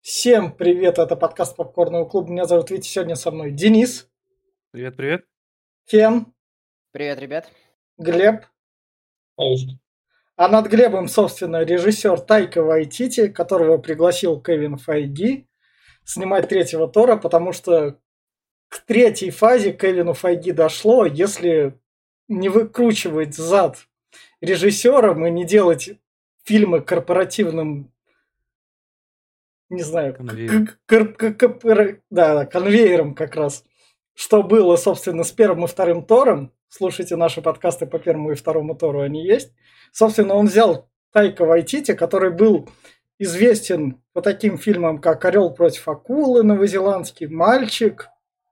Всем привет, это подкаст Попкорного клуба. Меня зовут Витя, сегодня со мной Денис, Привет, привет. Кен, Привет, ребят. Глеб, Конечно. а над Глебом, собственно, режиссер Тайка Вайтити, которого пригласил Кевин Файги снимать третьего Тора, потому что к третьей фазе Кевину Файги дошло, если не выкручивать зад режиссером и не делать фильмы корпоративным, не знаю, Конвейер. конвейером как раз. Что было, собственно, с первым и вторым Тором. Слушайте наши подкасты по первому и второму Тору, они есть. Собственно, он взял Тайка Вайтити, который был известен по таким фильмам, как «Орел против акулы», «Новозеландский мальчик»,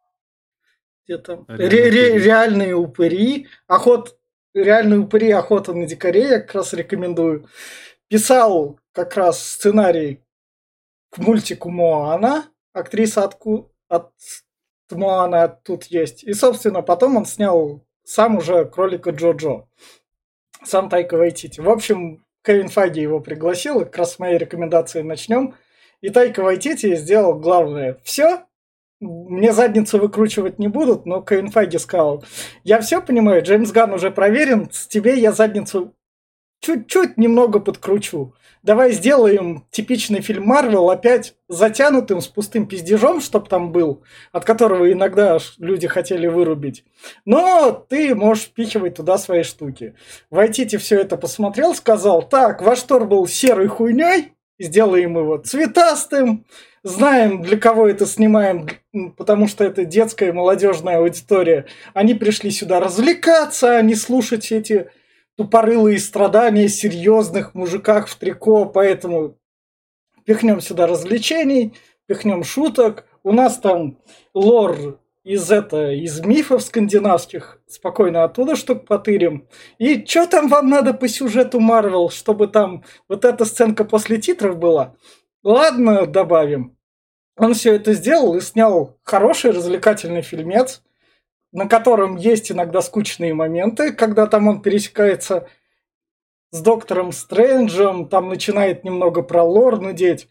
где там «Реальные упыри», «Реальные упыри. Охота на дикарей», я как раз рекомендую. Писал как раз сценарий к мультику «Моана». Актриса от Моана тут есть. И, собственно, потом он снял сам уже «Кролика Джоджо». Сам Тайка Вайтити. В общем, Кевин Файги его пригласил, и как раз с моей рекомендации начнем. И Тайка Вайтити сделал главное. Все, мне задницу выкручивать не будут, но Кевин Файги сказал: я все понимаю, Джеймс Ганн уже проверен, с тебе я задницу чуть-чуть немного подкручу. Давай сделаем типичный фильм Марвел, опять затянутым, с пустым пиздежом, чтоб там был, от которого иногда люди хотели вырубить. Но ты можешь впихивать туда свои штуки. Вайтити все это посмотрел, сказал: так, ваш Тор был серой хуйней, сделаем его цветастым. Знаем, для кого это снимаем, потому что это детская и молодежная аудитория. Они пришли сюда развлекаться, а не слушать эти тупорылые страдания серьезных мужиках в трико, поэтому пихнем сюда развлечений, пихнем шуток. У нас там лор из мифов скандинавских, спокойно оттуда штук потырим. И что там вам надо по сюжету Марвел, чтобы там вот эта сценка после титров была? Ладно, добавим. Он все это сделал и снял хороший развлекательный фильмец, на котором есть иногда скучные моменты, когда там он пересекается с Доктором Стрэнджем, там начинает немного про лор нудеть.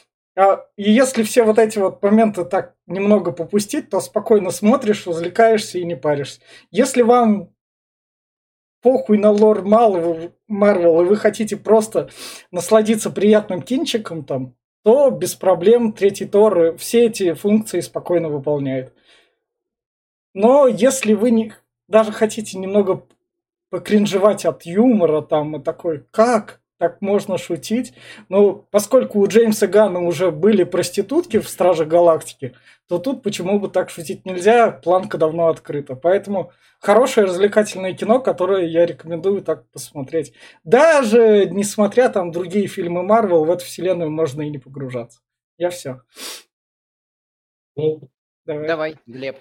И если все вот эти вот моменты так немного попустить, то спокойно смотришь, развлекаешься и не паришься. Если вам похуй на лор Марвел, и вы хотите просто насладиться приятным кинчиком там, то без проблем третий Тор все эти функции спокойно выполняет. Но если вы даже хотите немного покринжевать от юмора там и такой, как так можно шутить? Но поскольку у Джеймса Ганна уже были проститутки в Страже Галактики, то тут почему бы так шутить нельзя, планка давно открыта. Поэтому хорошее развлекательное кино, которое я рекомендую так посмотреть. Даже несмотря там другие фильмы Марвел, в эту вселенную можно и не погружаться. Я все. Давай, Глеб.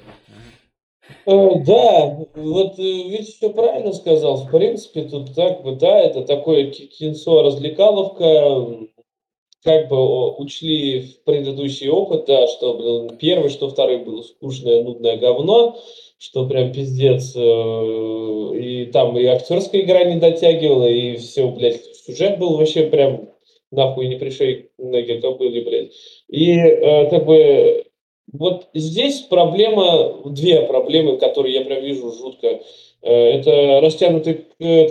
Да, вот ведь все правильно сказал. В принципе, тут так бы, да, это такое кинцо-развлекаловка. Как бы учли в предыдущий опыт, да, что первый, что второй было скучное, нудное говно, что прям пиздец. И там и актерская игра не дотягивала, и все, блядь, сюжет был вообще прям нахуй не пришей ноги кобыли, блядь. И как бы вот здесь две проблемы, которые я прям вижу жутко. Это растянутый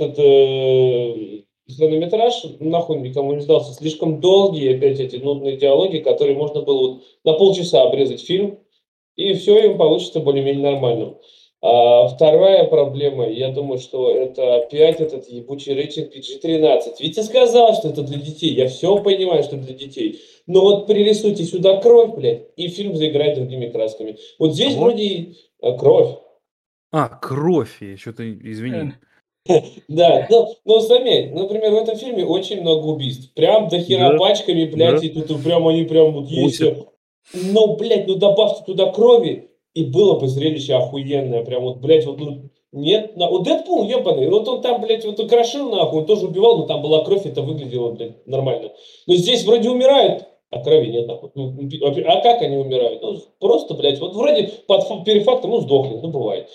хронометраж, нахуй никому не сдался, слишком долгие опять эти нудные диалоги, которые можно было вот на полчаса обрезать фильм, и все, им получится более-менее нормально. А вторая проблема, я думаю, что это опять этот ебучий рейтинг PG-13. Витя сказал, что это для детей. Я все понимаю, что это для детей. Но вот пририсуйте сюда кровь, блядь, и фильм заиграет другими красками. Вот здесь вроде кровь. Кровь, я что-то, извини. Да, но заметь, например, в этом фильме очень много убийств. Прям до хера пачками, блядь, и тут прям они прям вот есть. Но, блядь, добавьте туда крови, и было бы зрелище охуенное. Прям вот, блядь, вот, нет. Вот Дэдпул, ебаный, вот он там, блядь, вот крошил, нахуй, он тоже убивал, но там была кровь, это выглядело, блядь, нормально. Но здесь вроде умирают, а крови нет, нахуй. А как они умирают? Просто, блядь, вот вроде перед фактом, сдохли, бывает.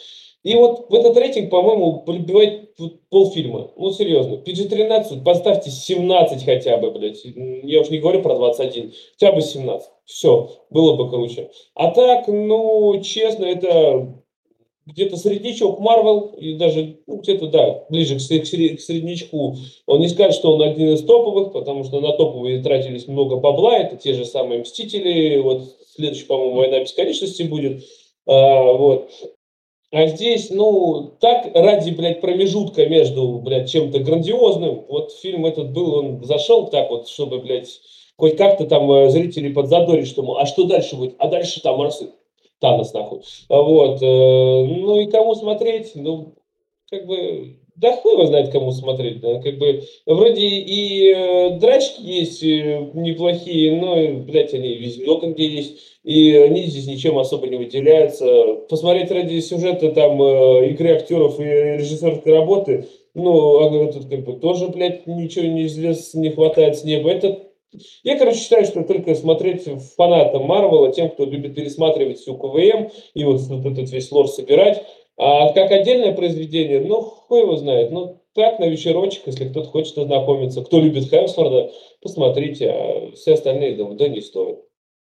И вот в этот рейтинг, по-моему, пробивает полфильма. Ну, серьезно. PG-13, поставьте 17 хотя бы, блядь. Я уж не говорю про 21. Хотя бы 17. Все, было бы круче. А так, ну, честно, это где-то среднячок Marvel, и даже где-то, да, ближе к среднячку. Он не скажет, что он один из топовых, потому что на топовые тратились много бабла, это те же самые Мстители, вот следующий, по-моему, Война Бесконечности будет. Вот. А здесь, ну, так ради, блядь, промежутка между, блядь, чем-то грандиозным, вот фильм этот был, он зашел так вот, чтобы, блядь, хоть как-то там зрители подзадорить, что, мол, а что дальше будет? А дальше там раз и Танос, нахуй. Вот, ну и кому смотреть? Ну, как бы, да хуй его знает, кому смотреть, да, как бы, вроде и драчки есть неплохие, но, блядь, они везде много где есть, и они здесь ничем особо не выделяются. Посмотреть ради сюжета, там, игры актеров и режиссерской работы, ну, а тут как бы тоже, блядь, ничего не известно, не хватает с неба. Это я, короче, считаю, что только смотреть фанатам Марвела, тем, кто любит пересматривать всю КВМ и вот этот весь лор собирать. А как отдельное произведение, ну, хуй его знает. Ну, так, на вечерочек, если кто-то хочет ознакомиться. Кто любит Хемсворда, посмотрите, а все остальные, да не стоит.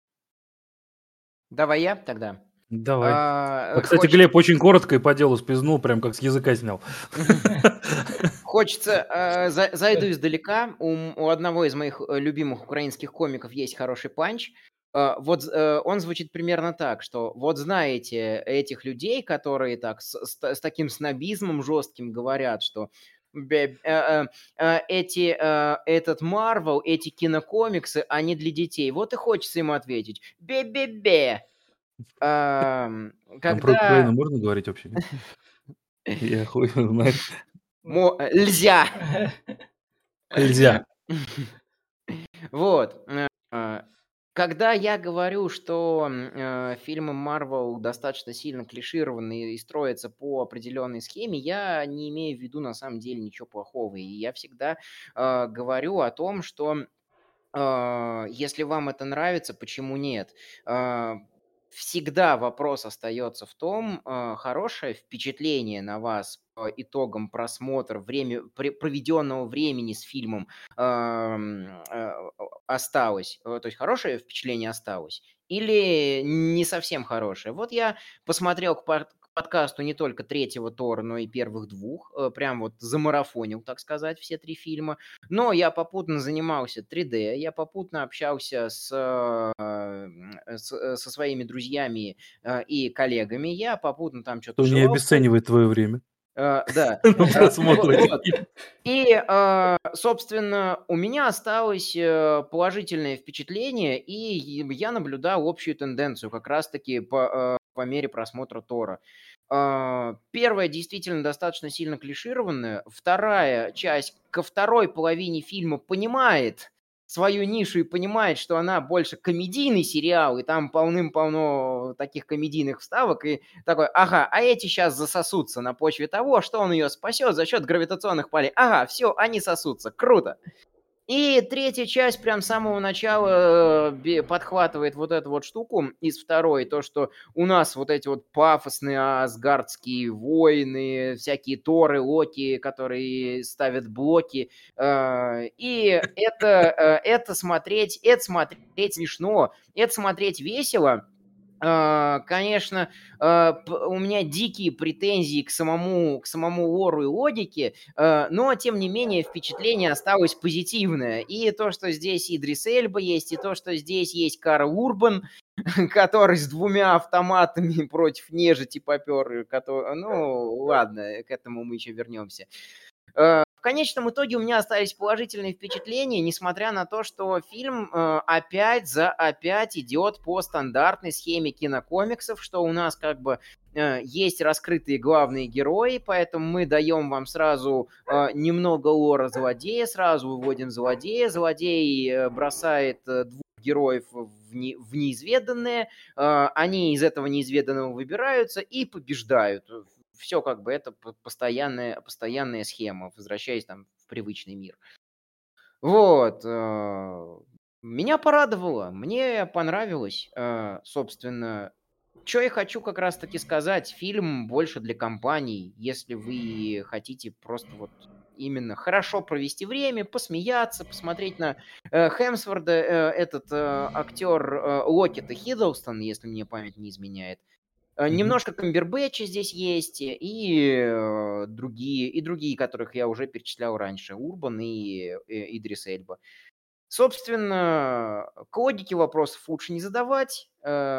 Давай я тогда. Давай. Кстати, Хочется, Глеб очень коротко и по делу спизнул, прям как с языка снял. зайду издалека. У одного из моих любимых украинских комиков есть хороший панч. Он звучит примерно так, что вот знаете этих людей, которые так с таким снобизмом жестким говорят, что этот Марвел, эти кинокомиксы, они для детей. Вот и хочется ему ответить. Бе-бе-бе. Там про Когда Украину можно говорить вообще? Нет? Я хуй его знает. Нельзя. Нельзя. Вот. Когда я говорю, что фильмы Marvel достаточно сильно клишированы и строятся по определенной схеме, я не имею в виду на самом деле ничего плохого. И я всегда говорю о том, что если вам это нравится, почему нет? Всегда вопрос остается в том, хорошее впечатление на вас по итогам просмотра, проведенного времени с фильмом осталось, то есть хорошее впечатление осталось, или не совсем хорошее. Вот я посмотрел к подкасту не только третьего Тора, но и первых двух, прям вот замарафонил, так сказать, все три фильма. Но я попутно занимался 3D, я попутно общался со своими друзьями и коллегами, я попутно там что-то То не желал. обесценивает твое время Да. на просмотр этих Вот. фильмов. И, собственно, у меня осталось положительное впечатление, и я наблюдал общую тенденцию как раз-таки по мере просмотра Тора. Первая действительно достаточно сильно клишированная. Вторая часть ко второй половине фильма понимает свою нишу и понимает, что она больше комедийный сериал, и там полным-полно таких комедийных вставок, и такой, ага, а эти сейчас засосутся на почве того, что он ее спасет за счет гравитационных полей. Ага, все, они сосутся, круто. И третья часть прям с самого начала подхватывает вот эту вот штуку из второй, то, что у нас вот эти вот пафосные асгардские воины, всякие Торы, Локи, которые ставят блоки. И это смотреть смешно, это смотреть весело. Конечно, у меня дикие претензии к самому лору и логике, но, тем не менее, впечатление осталось позитивное. И то, что здесь Идрис Эльба есть, и то, что здесь есть Карл Урбан, который с 2 автоматами против нежити попер. Ну, ладно, к этому мы еще вернемся. В конечном итоге у меня остались положительные впечатления, несмотря на то, что фильм опять идет по стандартной схеме кинокомиксов, что у нас как бы есть раскрытые главные герои, поэтому мы даем вам сразу немного лора злодея, сразу выводим злодея, злодей бросает 2 героев в неизведанное, они из этого неизведанного выбираются и побеждают. Все как бы это постоянная схема, возвращаясь там в привычный мир. Вот. Меня порадовало, мне понравилось. Собственно, что я хочу как раз-таки сказать. Фильм больше для компаний. Если вы хотите просто вот именно хорошо провести время, посмеяться, посмотреть на Хемсворда, этот актер Локета Хиддлстон, если мне память не изменяет. Немножко Камбербэтча здесь есть, и другие, которых я уже перечислял раньше. Урбан и Идрис Эльба. Собственно, к логике вопросов лучше не задавать.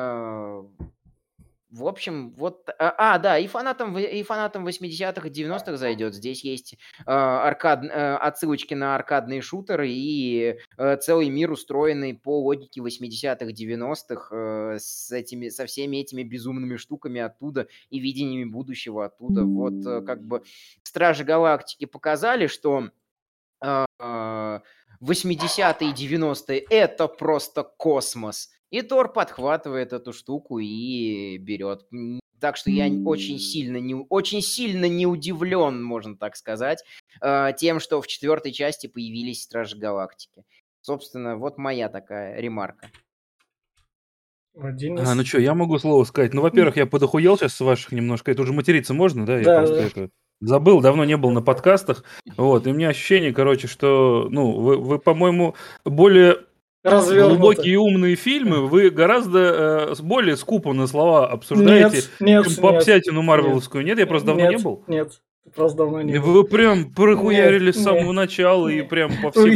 В общем, вот... да, и фанатам 80-х и 90-х зайдет. Здесь есть отсылочки на аркадные шутеры и целый мир, устроенный по логике 80-х, 90-х, со всеми этими безумными штуками оттуда и видениями будущего оттуда. Вот как бы Стражи Галактики показали, что 80-е и 90-е – это просто космос. И Тор подхватывает эту штуку и берет. Так что я очень сильно не удивлен, можно так сказать, тем, что в 4-й части появились Стражи Галактики. Собственно, вот моя такая ремарка. Ну что, я могу слово сказать. Ну, во-первых, я подохуел сейчас с ваших немножко. Это уже материться можно, да? Я Да, просто да. это забыл, давно не был на подкастах. Вот, и у меня ощущение, короче, что, ну, вы по-моему, более глубокие и умные фильмы, вы гораздо более скупо на слова обсуждаете, чем попсятину марвеловскую. Нет, я просто давно не был. Нет. Просто давно не было. Вы прям прохуярили с самого начала и прям по всем...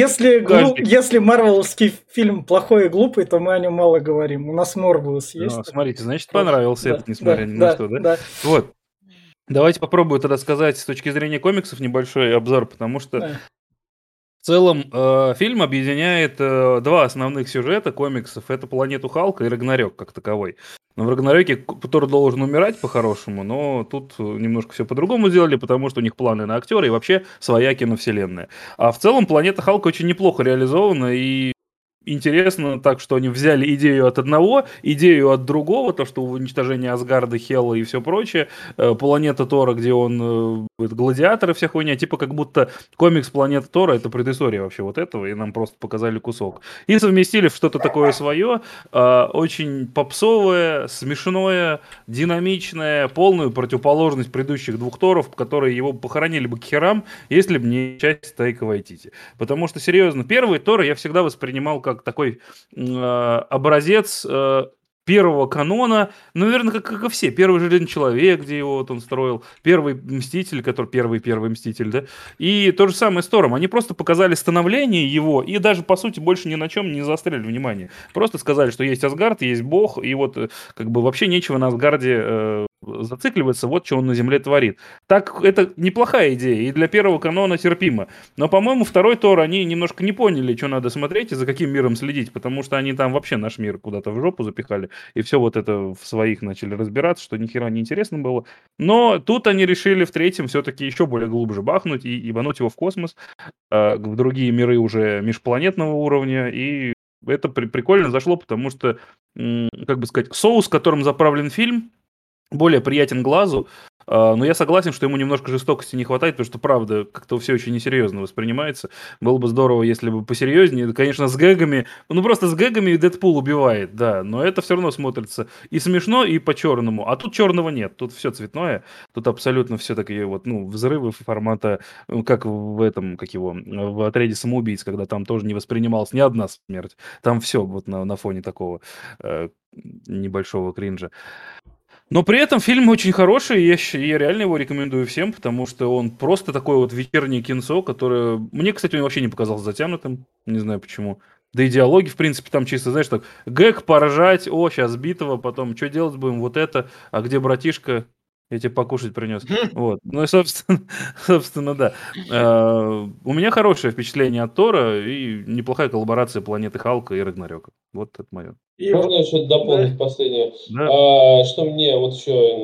Если марвеловский фильм плохой и глупый, то мы о нем мало говорим. У нас Морбиус есть. Смотрите, значит, понравился этот, несмотря ни на что, да? Вот. Давайте попробую тогда сказать с точки зрения комиксов небольшой обзор, потому что в целом фильм объединяет два основных сюжета комиксов. Это «Планету Халка» и «Рагнарёк» как таковой. Но в «Рагнарёке» Тор должен умирать по-хорошему, но тут немножко все по-другому сделали, потому что у них планы на актера и вообще своя киновселенная. А в целом «Планета Халка» очень неплохо реализована, и интересно так, что они взяли идею от одного, идею от другого, то, что уничтожение Асгарда, Хелла и все прочее, планета Тора, где он гладиаторы, вся хуйня, типа как будто комикс «Планета Тора» — это предыстория вообще вот этого, и нам просто показали кусок. И совместили в что-то такое свое, очень попсовое, смешное, динамичное, полную противоположность предыдущих двух Торов, которые его похоронили бы к херам, если бы не часть Тайка Вайтити. Потому что, серьезно, первый Тор я всегда воспринимал как такой образец первого канона, наверное, как и все. Первый Железный Человек, где его вот он строил, первый Мститель, который первый Мститель, да, и то же самое с Тором. Они просто показали становление его и даже, по сути, больше ни на чем не заостряли внимание. Просто сказали, что есть Асгард, есть Бог, и вот как бы вообще нечего на Асгарде зацикливаться, вот что он на Земле творит. Так, это неплохая идея, и для первого канона терпимо. Но, по-моему, второй Тор, они немножко не поняли, что надо смотреть и за каким миром следить, потому что они там вообще наш мир куда-то в жопу запихали, и все вот это в своих начали разбираться, что ни хера не интересно было. Но тут они решили в третьем все-таки еще более глубже бахнуть и ебануть его в космос, в другие миры уже межпланетного уровня, и это прикольно зашло, потому что, как бы сказать, соус, которым заправлен фильм, более приятен глазу, но я согласен, что ему немножко жестокости не хватает, потому что, правда, как-то все очень несерьезно воспринимается. Было бы здорово, если бы посерьезнее. Конечно, с гэгами, ну просто с гэгами Дэдпул убивает, да, но это все равно смотрится и смешно, и по-черному. А тут черного нет, тут все цветное, тут абсолютно все такие вот, ну, взрывы формата, как в этом, как его, в «Отряде самоубийц», когда там тоже не воспринималась ни одна смерть. Там все вот на фоне такого небольшого кринжа. Но при этом фильм очень хороший, и я реально его рекомендую всем, потому что он просто такое вот вечернее кинцо, которое... Мне, кстати, он вообще не показался затянутым, не знаю почему. Да и диалоги, в принципе, там чисто, знаешь, так, гэг, поржать, сейчас битого, потом, что делать будем, вот это, а где братишка? Я тебе покушать принес. Вот. Ну и, собственно, да. У меня хорошее впечатление от Тора и неплохая коллаборация «Планеты Халка» и «Рагнарёка». Вот это мое. Можно еще дополнить последнее? Да. Что мне вот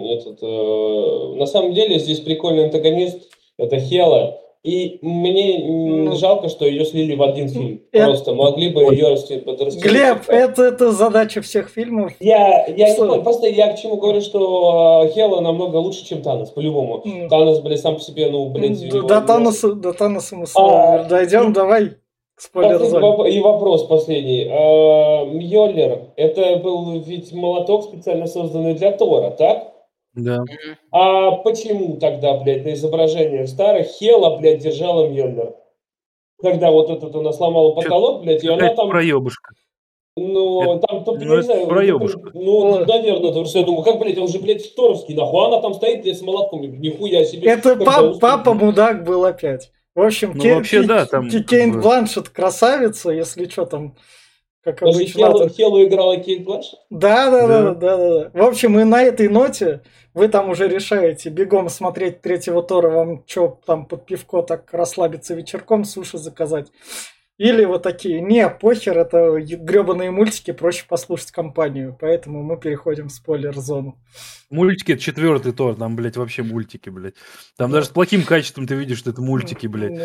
еще на самом деле здесь прикольный антагонист, это Хела. И мне жалко, что ее слили в один фильм. Просто могли бы ее подрастить. Глеб, это задача всех фильмов. Я не понял, просто я к чему говорю, что Хела намного лучше, чем Танос, по-любому. Танос, блядь, сам по себе, ну, блядь... До Таноса мы снова дойдем, давай. И вопрос последний. Мьёльнир, это был ведь молоток, специально созданный для Тора, так? Да. А почему тогда, блядь, на изображениях старых Хела, блядь, держала Мьёльнир? Когда вот этот она сломала потолок, блядь, и она там... Проебушка. Ну, там, я не знаю, проебушка. ну, наверное, потому что я думаю, как, блядь, он же, блядь, торовский, нахуй, она там стоит, блядь, с молотком, нихуя себе. Это папа мудак был опять. В общем, Кейт Бланшетт красавица, если что там, как обычно. Хелу играла Кейт Бланшетт? Да. В общем, и на этой ноте вы там уже решаете бегом смотреть третьего Тора, вам что там под пивко так расслабиться вечерком, суши заказать. Или вот такие, не, похер, это гребаные мультики, проще послушать компанию. Поэтому мы переходим в спойлер-зону. Мультики — это 4-й Тор, там, блядь, вообще мультики, блядь. Там даже с плохим качеством ты видишь, что это мультики, блядь.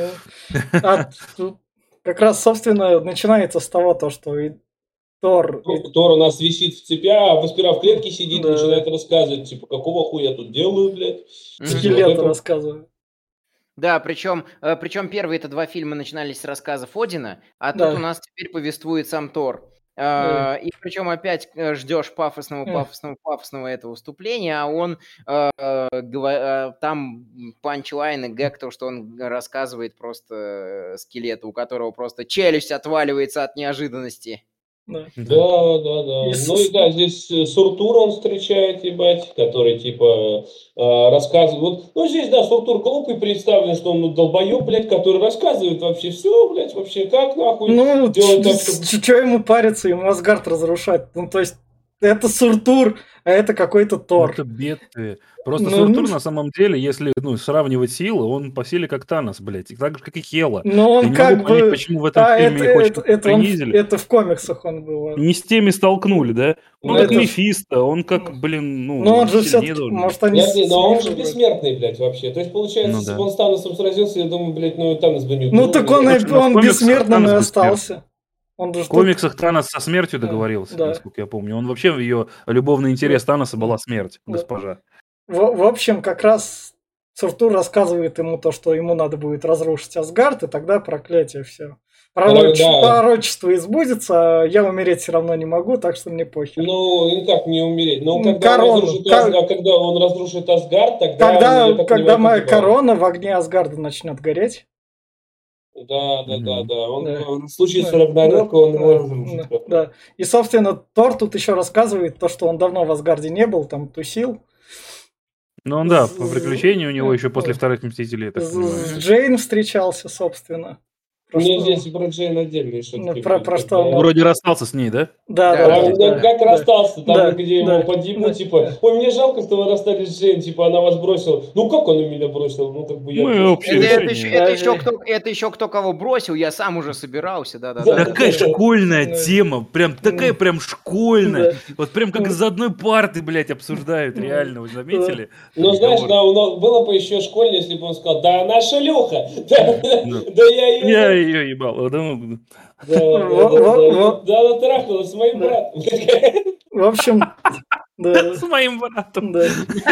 Как раз, собственно, начинается с того, что Тор у нас висит в цепях, а Васпира в клетке сидит, начинает рассказывать, типа, какого хуя я тут делаю, блядь. Скелеты рассказываю. Да, причем первые 2 фильма начинались с рассказов Одина, а тут у нас теперь повествует сам Тор. И причем опять ждешь пафосного этого вступления, а он там панчлайн и гэг, то, что он рассказывает просто скелету, у которого просто челюсть отваливается от неожиданности. Да. Ну и да, здесь Суртура он встречает, ебать, который типа рассказывает. Ну здесь, да, Суртур глупый представлен, что он долбоеб, блядь, который рассказывает вообще все, блядь, вообще как нахуй делать так, чтобы... Что ему париться, ему Асгард разрушать? Ну то есть это Суртур, а это какой-то Тор. Это бедствие. Просто Суртур на самом деле, если сравнивать силы, он по силе как Танос, блядь. Так же, как и Хела. Но он как бы... понять, почему в этом фильме их очень принизили. Это в комиксах он был. Не с теми столкнули, да? Он как Мефисто, он как, блин, ну он же все-таки, может, они... Но он же бессмертный, блядь, вообще. То есть, получается, если бы он с Таносом сразился, я думаю, блядь, Танос бы не... Ну так он бессмертным и остался. В комиксах Танос со смертью договорился, насколько я помню. Он вообще, ее любовный интерес Таноса была смерть, госпожа. В общем, как раз Суртур рассказывает ему то, что ему надо будет разрушить Асгард, и тогда проклятие все. Пророчество избудется, а я умереть все равно не могу, так что мне похер. Ну, никак не умереть. Но когда он разрушит Асгард, тогда... Когда моя корона в огне Асгарда начнет гореть. Да. Он в случае с Рагнарёка он его разрушит. Да. И, собственно, Тор тут еще рассказывает то, что он давно в Асгарде не был, там тусил. Ну, он, да, по приключению у него еще после вторых Мстителей. С Джейн встречался, собственно. Мне здесь про Джейн отдельно что-то. Вроде расстался с ней, да? Да. Как расстался, там, где его подъебнул, типа, ой, мне жалко, что вы расстались с Джейн, типа, она вас бросила. Ну, как он меня бросил? Ну, как бы я... Это еще кто кого бросил, я сам уже собирался, да. Такая школьная тема, прям такая прям школьная. Вот прям как из одной парты, блядь, обсуждают, реально, вы заметили? Ну, знаешь, было бы еще школьнее, если бы он сказал, да она шлюха, да я ее ебал. Да, она трахнулась с моим братом. В общем, да. С моим братом. Да.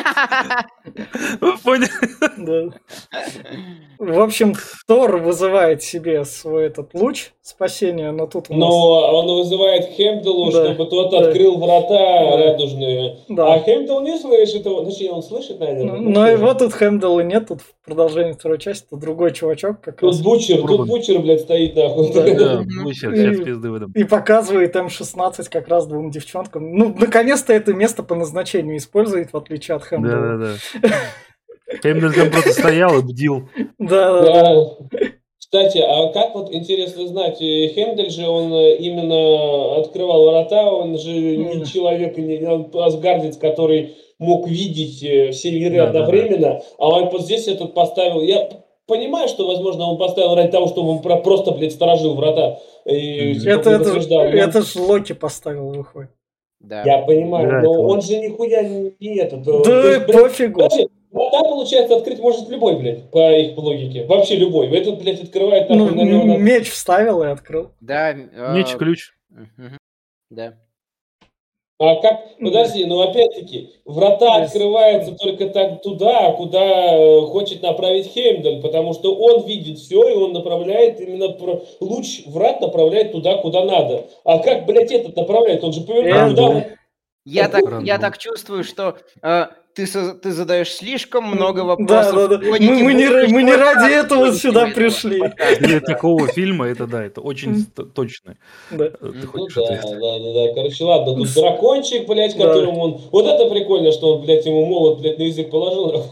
Вы поняли? Да. В общем, Тор вызывает себе свой этот луч спасения, но тут он вызывает Хемделу, чтобы тот открыл врата радужные. А Хемдел не слышит его. Точнее, он слышит, наверное. Но его тут Хемдела нет, тут в продолжении второй части, тут другой чувачок как раз. Тут Бучер, блядь, стоит нахуй. Да, Бучер, сейчас пизды выдам. И показывает М16 как раз 2 девчонкам. Ну, наконец-то это место по назначению использует, в отличие от Хемдела. Да. Хемдел там просто стоял и бдил. Да. Кстати, а как вот интересно знать, Хемдель же он именно открывал врата, он же не человек, он асгардец, который мог видеть все миры одновременно, а он вот здесь этот поставил. Я понимаю, что, возможно, он поставил ради того, чтобы он просто, блядь, сторожил врата. Это ж Локи поставил, выходит. Да. Я понимаю, но он же нихуя не этот. Да, пофигу. Врата, получается, открыть может любой, блядь, по их логике. Вообще любой. Этот, блядь, открывает... Меч вставил и открыл. Да. Меч-ключ. Да. А как, подожди, ну опять-таки, врата открываются только так туда, куда хочет направить Хеймдаль, потому что он видит все, и он направляет именно, луч врат направляет туда, куда надо. А как, блядь, этот направляет? Он же повернул туда. Я так чувствую, что ты задаешь слишком много вопросов. Да. Мы не ради этого сюда пришли. Для такого фильма это очень точно. Да. Короче, ладно, тут дракончик, блядь, которому он... Вот это прикольно, что он, блядь, ему молот, блядь, на язык положил.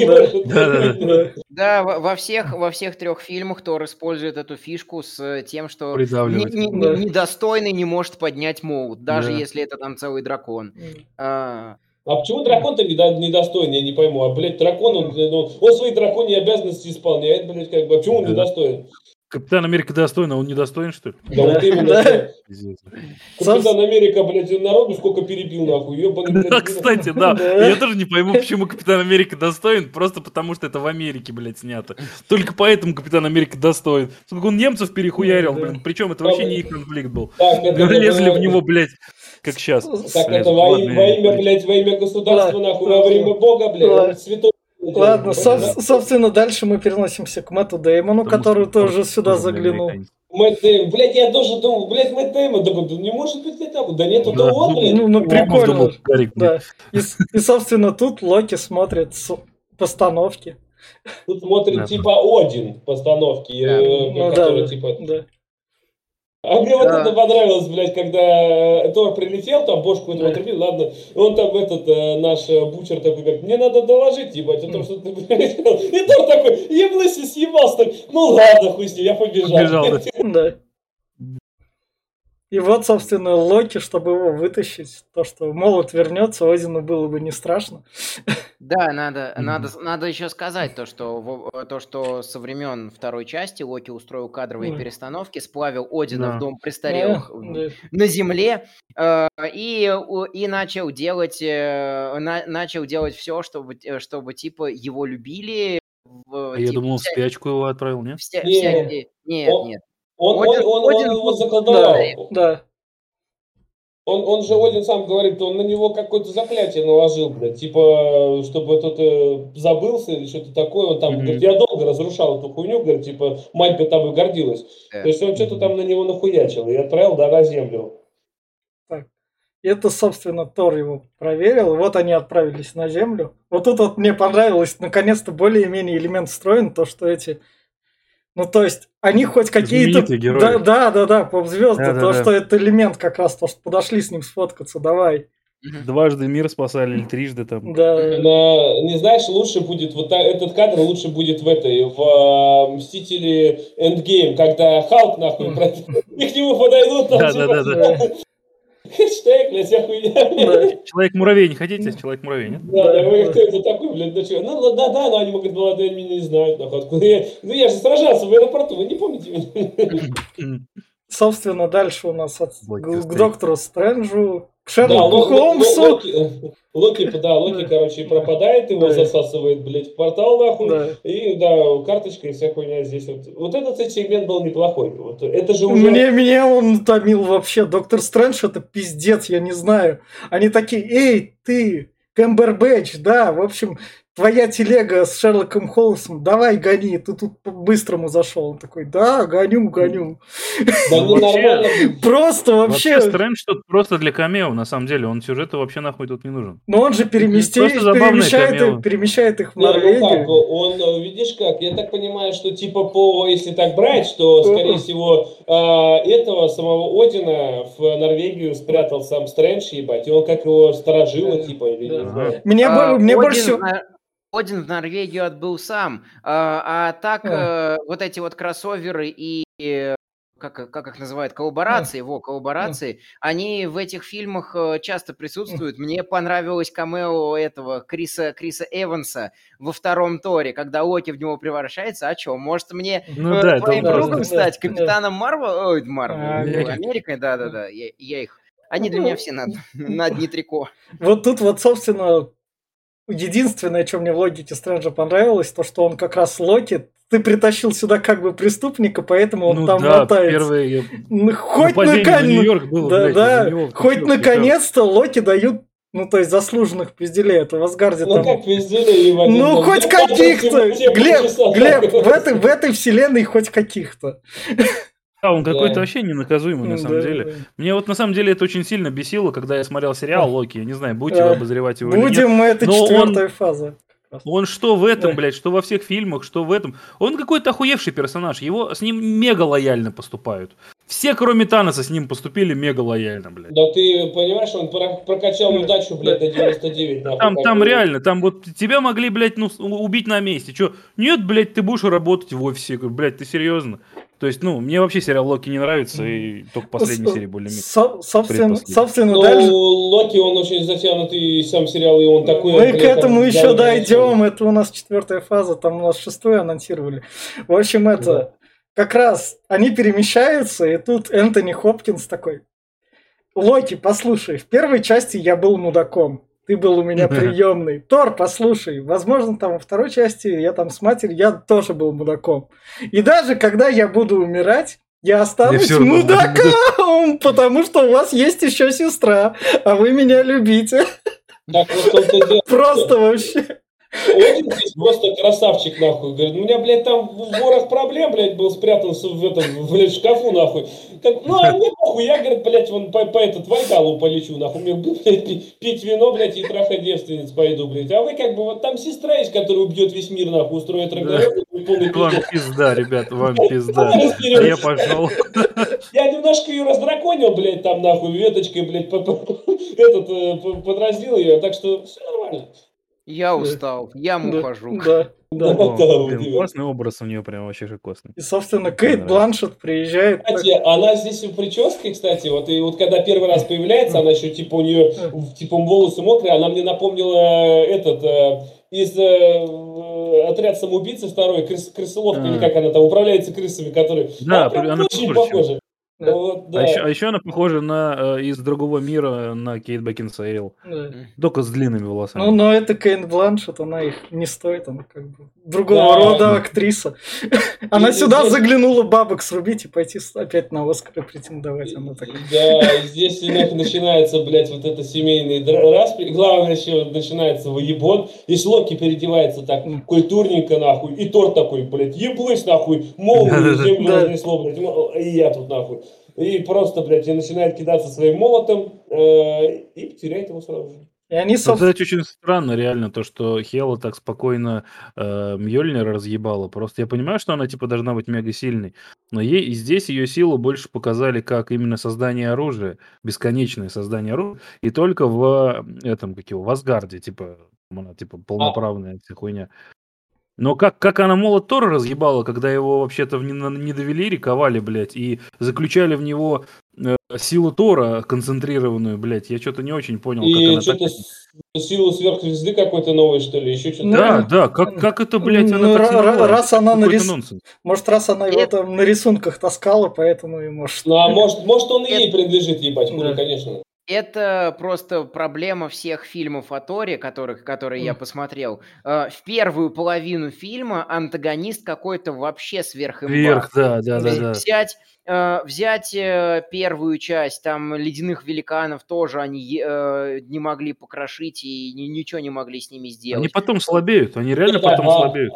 Да, во всех 3 фильмах Тор использует эту фишку с тем, что недостойный не может поднять молот, даже если это там целый дракон. А почему дракон-то недостойный, я не пойму. А, блядь, дракон, он свои драконьи обязанности исполняет, блядь, как бы. А почему он недостоин? Капитан Америка достойный, а он недостоин, что ли? Да вот именно. Капитан Америка, блядь, народу сколько перебил, нахуй. Да, кстати, да. Я тоже не пойму, почему Капитан Америка достоин, просто потому что это в Америке, блядь, снято. Только поэтому Капитан Америка достоин. Сколько он немцев перехуярил, блин. Причем это вообще не их конфликт был. Лезли в него, блядь, как сейчас. Так это во имя, блядь, во имя государства, нахуй, во время Бога, блядь, святой. Ладно, собственно, дальше мы переносимся к Мэтту Дэймону, который тоже сюда заглянул. Мэтт Дэймон, блядь, я тоже думал, блядь, Мэтт Дэймон, не может быть это, да нет, это он, блядь. Ну, прикольно. Да. И, собственно, тут Локи смотрит постановки. Тут смотрит типа Один постановки, которые типа... А мне вот это понравилось, блядь, когда Тор прилетел, там бошку этого отрубил, ладно, он там наш бучер такой, говорит, мне надо доложить, ебать, о том, что ты прилетел. И Тор такой, еблысь и съебался, так, ну ладно, хуй с ним, я побежал. Да. И вот, собственно, Локи, чтобы его вытащить, то, что молот вернется, Одину было бы не страшно. Да, надо еще сказать то, что со времен второй части Локи устроил кадровые перестановки, сплавил Одина в дом престарелых на земле и начал делать все, чтобы типа его любили. Я думал, он в спячку его отправил, нет? Нет. Он его заколдовал. Да. Он же, Один сам говорит, он на него какое-то заклятие наложил, блядь, типа, чтобы кто-то забылся или что-то такое. Он там, говорит, я долго разрушал эту хуйню, говорит, типа, мать бы тобой гордилась. То есть он что-то там на него нахуячил и отправил, на землю. Так. Это, собственно, Тор его проверил. Вот они отправились на землю. Вот тут вот мне понравилось, наконец-то более-менее элемент встроен, то, что эти... Ну, то есть, они хоть какие-то... Да, поп-звезды, что это элемент как раз, то, что подошли с ним сфоткаться, давай. Дважды мир спасали или трижды там. Да. Не знаешь, лучше будет, вот этот кадр лучше будет в Мстители Эндгейм, когда Халк, нахуй, и к нему подойдут, там, хэштег, блядь, вся хуйня. Человек-муравей, не хотите? Человек-муравей, нет? Да, кто это такой, блядь, ну что? Ну, да, но они могут, молодые, меня не знают, нахуй, откуда я... Ну, я же сражался в аэропорту, вы не помните меня? Собственно, дальше у нас к Доктору Стрэнджу, к Шерлоку Холмсу. Локи, короче, пропадает, его засасывает, блядь, в портал, нахуй, и, карточка и вся хуйня здесь. Вот этот сегмент был неплохой. Вот, это же уже... Меня он томил вообще. Доктор Стрэндж это пиздец, я не знаю. Они такие, эй, ты, Кэмбербэтч, да, в общем... Твоя телега с Шерлоком Холмсом, давай гони, ты тут по-быстрому зашел. Он такой, да, гоню. Да нормально. Просто вообще... Стрэндж тут просто для камео, на самом деле. Он сюжету вообще нахуй тут не нужен. Но он же перемещает их в Норвегию. Он, видишь как, я так понимаю, что типа если так брать, что, скорее всего, этого самого Одина в Норвегию спрятал сам Стрэндж, ебать, и он как его сторожил, типа, или не знаю. Мне больше... Один в Норвегию отбыл сам, вот эти вот кроссоверы и как их называют, коллаборации, они в этих фильмах часто присутствуют. Мне понравилось камео этого Криса Эванса во втором Торе, когда Локи в него превращается. А что, может мне твоим другом стать? Капитаном Марвел? Ой, Америкой? Да, я их... Они для меня все на одни трико. Вот тут вот, собственно... Единственное, что мне в логике Стрэнджа понравилось, то, что он как раз Локи ты притащил сюда как бы преступника, поэтому он там мотается. Хоть наконец-то Локи дают, то есть заслуженных пизделей. Это в Асгарде там... как пизделей? Хоть каких-то! Глеб, в этой вселенной хоть каких-то. Он какой-то вообще ненаказуемый, на самом деле. Мне вот на самом деле это очень сильно бесило, когда я смотрел сериал «Локи». Я не знаю, будете вы обозревать его или нет. Будем, это 4-я фаза. Он что в этом, блядь, что во всех фильмах, что в этом. Он какой-то охуевший персонаж. С ним мега лояльно поступают. Все, кроме Таноса, с ним поступили мега лояльно, блядь. Да ты понимаешь, он прокачал удачу, блядь, до 99. Там реально, там вот тебя могли, блядь, убить на месте. Че? Нет, блядь, ты будешь работать в офисе. Я говорю, блядь, ты серьезно? То есть, мне вообще сериал Локи не нравится, и только последняя серия более-менее. Собственно, дальше... Локи, он очень затянутый сам сериал, и он такой... Мы к этому еще дойдем, это у нас 4-я фаза, там у нас 6-ю анонсировали. В общем, как раз они перемещаются, и тут Энтони Хопкинс такой: Локи, послушай, в первой части я был мудаком. Ты был у меня приемный. Тор, послушай, возможно, там во второй части я там с матерью, я тоже был мудаком. И даже когда я буду умирать, я останусь мудаком, потому что у вас есть еще сестра, а вы меня любите. Просто вообще. Один здесь просто красавчик, нахуй. Говорит, у меня, блядь, там ворох проблем, блядь, был спрятан в шкафу, нахуй. А мне похуй, я, говорит, блядь, вон по Вальгалу полечу, нахуй. Мне, блядь, пить вино, блядь, и трахать девственниц пойду, блядь. А вы как бы, вот там сестра есть, которая убьет весь мир, нахуй, устроит Рагнарёк. Вам пизда, ребят, вам пизда. А я пошел. Я немножко ее раздраконил, блядь, там, нахуй, веточкой, блядь, подразнил ее, так что все нормально. Я устал, я ухожу. Классный образ у нее, прям вообще шикосный. И, собственно, Кейт Бланшетт приезжает. Кстати, она здесь в прическе, кстати, вот когда первый раз появляется, она еще, типа, у нее, типа, волосы мокрые, она мне напомнила из «Отряд самоубийцы» второй, крысоловка, или как она там, управляется крысами, которые... Да, она очень похожа. Да. А еще она похожа на из другого мира на Кейт Бекинсейл. Только с длинными волосами. Но это Кейт Бланшетт, она их не стоит, она как бы другого рода актриса. Она сюда заглянула бабок срубить и пойти опять на Оскар претендовать. Да, здесь начинается, блядь, вот это семейный распри. Главное, еще начинается выебон. Если Локи переодевается так культурненько, нахуй, и Тор такой, блядь, еблысь, нахуй, молнию землю разнесло, блядь, и я тут, нахуй. И просто, блядь, и начинает кидаться своим молотом и теряет его сразу же. И они, кстати, очень странно реально то, что Хела так спокойно Мьёльнира разъебала. Просто я понимаю, что она типа должна быть мега сильной, но и здесь ее силу больше показали как именно создание оружия, бесконечное создание оружия, и только в в Асгарде, типа, она типа полноправная вся хуйня. Но как она молот Тора разъебала, когда его вообще-то не довели, рековали, блядь, и заключали в него силу Тора концентрированную, блядь, я что-то не очень понял, и как она что-то силу сверхзвезды какой-то новой, что ли, еще что-то. Да, как это, блядь, она так раз она может, раз она его там на рисунках таскала, поэтому и может. Ну, а может он и ей принадлежит, ебать, конечно. Это просто проблема всех фильмов о Торе, которые я посмотрел. В первую половину фильма антагонист какой-то вообще сверхимба. Да. Взять первую часть, там ледяных великанов тоже они не могли покрошить и ничего не могли с ними сделать. Они потом слабеют, они реально потом слабеют.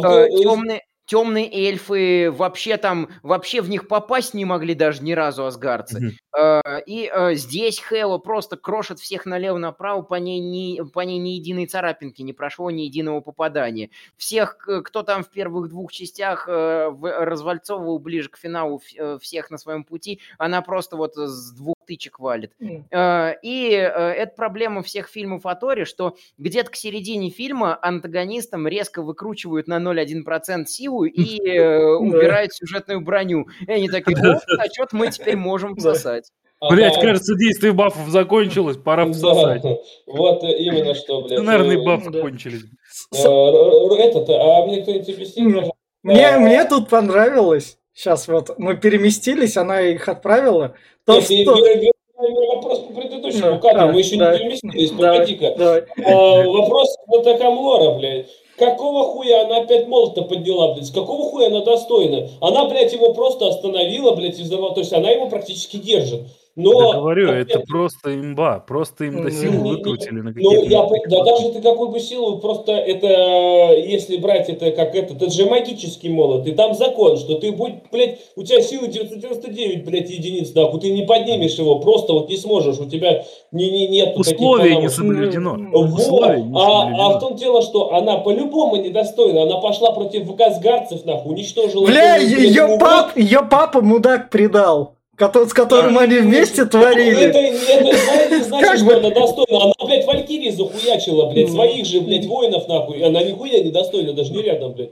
Темные эльфы, вообще в них попасть не могли даже ни разу асгардцы. И здесь Хела просто крошит всех налево-направо, по ней ни единой царапинки не прошло, ни единого попадания. Всех, кто там в первых двух частях развальцовывал ближе к финалу всех на своем пути, она просто вот с двух тычек валит. И это проблема всех фильмов о Торе, что где-то к середине фильма антагонистам резко выкручивают на 0,1% силу и убирают сюжетную броню. И они такие: а что-то мы теперь можем всосать. Блять, кажется, действие баффов закончилось, пора всосать. Вот именно что, блядь. Сценарные баффы кончились. А мне кто-нибудь объяснит? Мне тут понравилось. Сейчас вот мы переместились, она их отправила. вопрос по предыдущему кадру, мы еще не переместились, погоди-ка. Вопрос Мотокамлора, блядь. Какого хуя она опять молот-то подняла, блядь? С какого хуя она достойна? Она, блядь, его просто остановила, блядь, и взорвала. То есть она его практически держит. Но, я говорю, это просто имба. Просто им до силы выкрутили на да даже ты какую бы силу, просто это, если брать это как это же магический молот. И там закон, что ты будь, блядь, у тебя силы 999, блядь, единиц, нахуй, ты не поднимешь его, просто вот не сможешь, у тебя нету таких условий не соблюдено. А в том дело, что она по-любому недостойна. Она пошла против газгарцев, нахуй, уничтожила... Бля, ее папа мудак предал. С которым они вместе творили. Это не значит, что она достойна. Она, блядь, Валькирии захуячила, блядь, своих же, блядь, воинов, нахуй. Она нихуя не достойна, даже не рядом, блядь.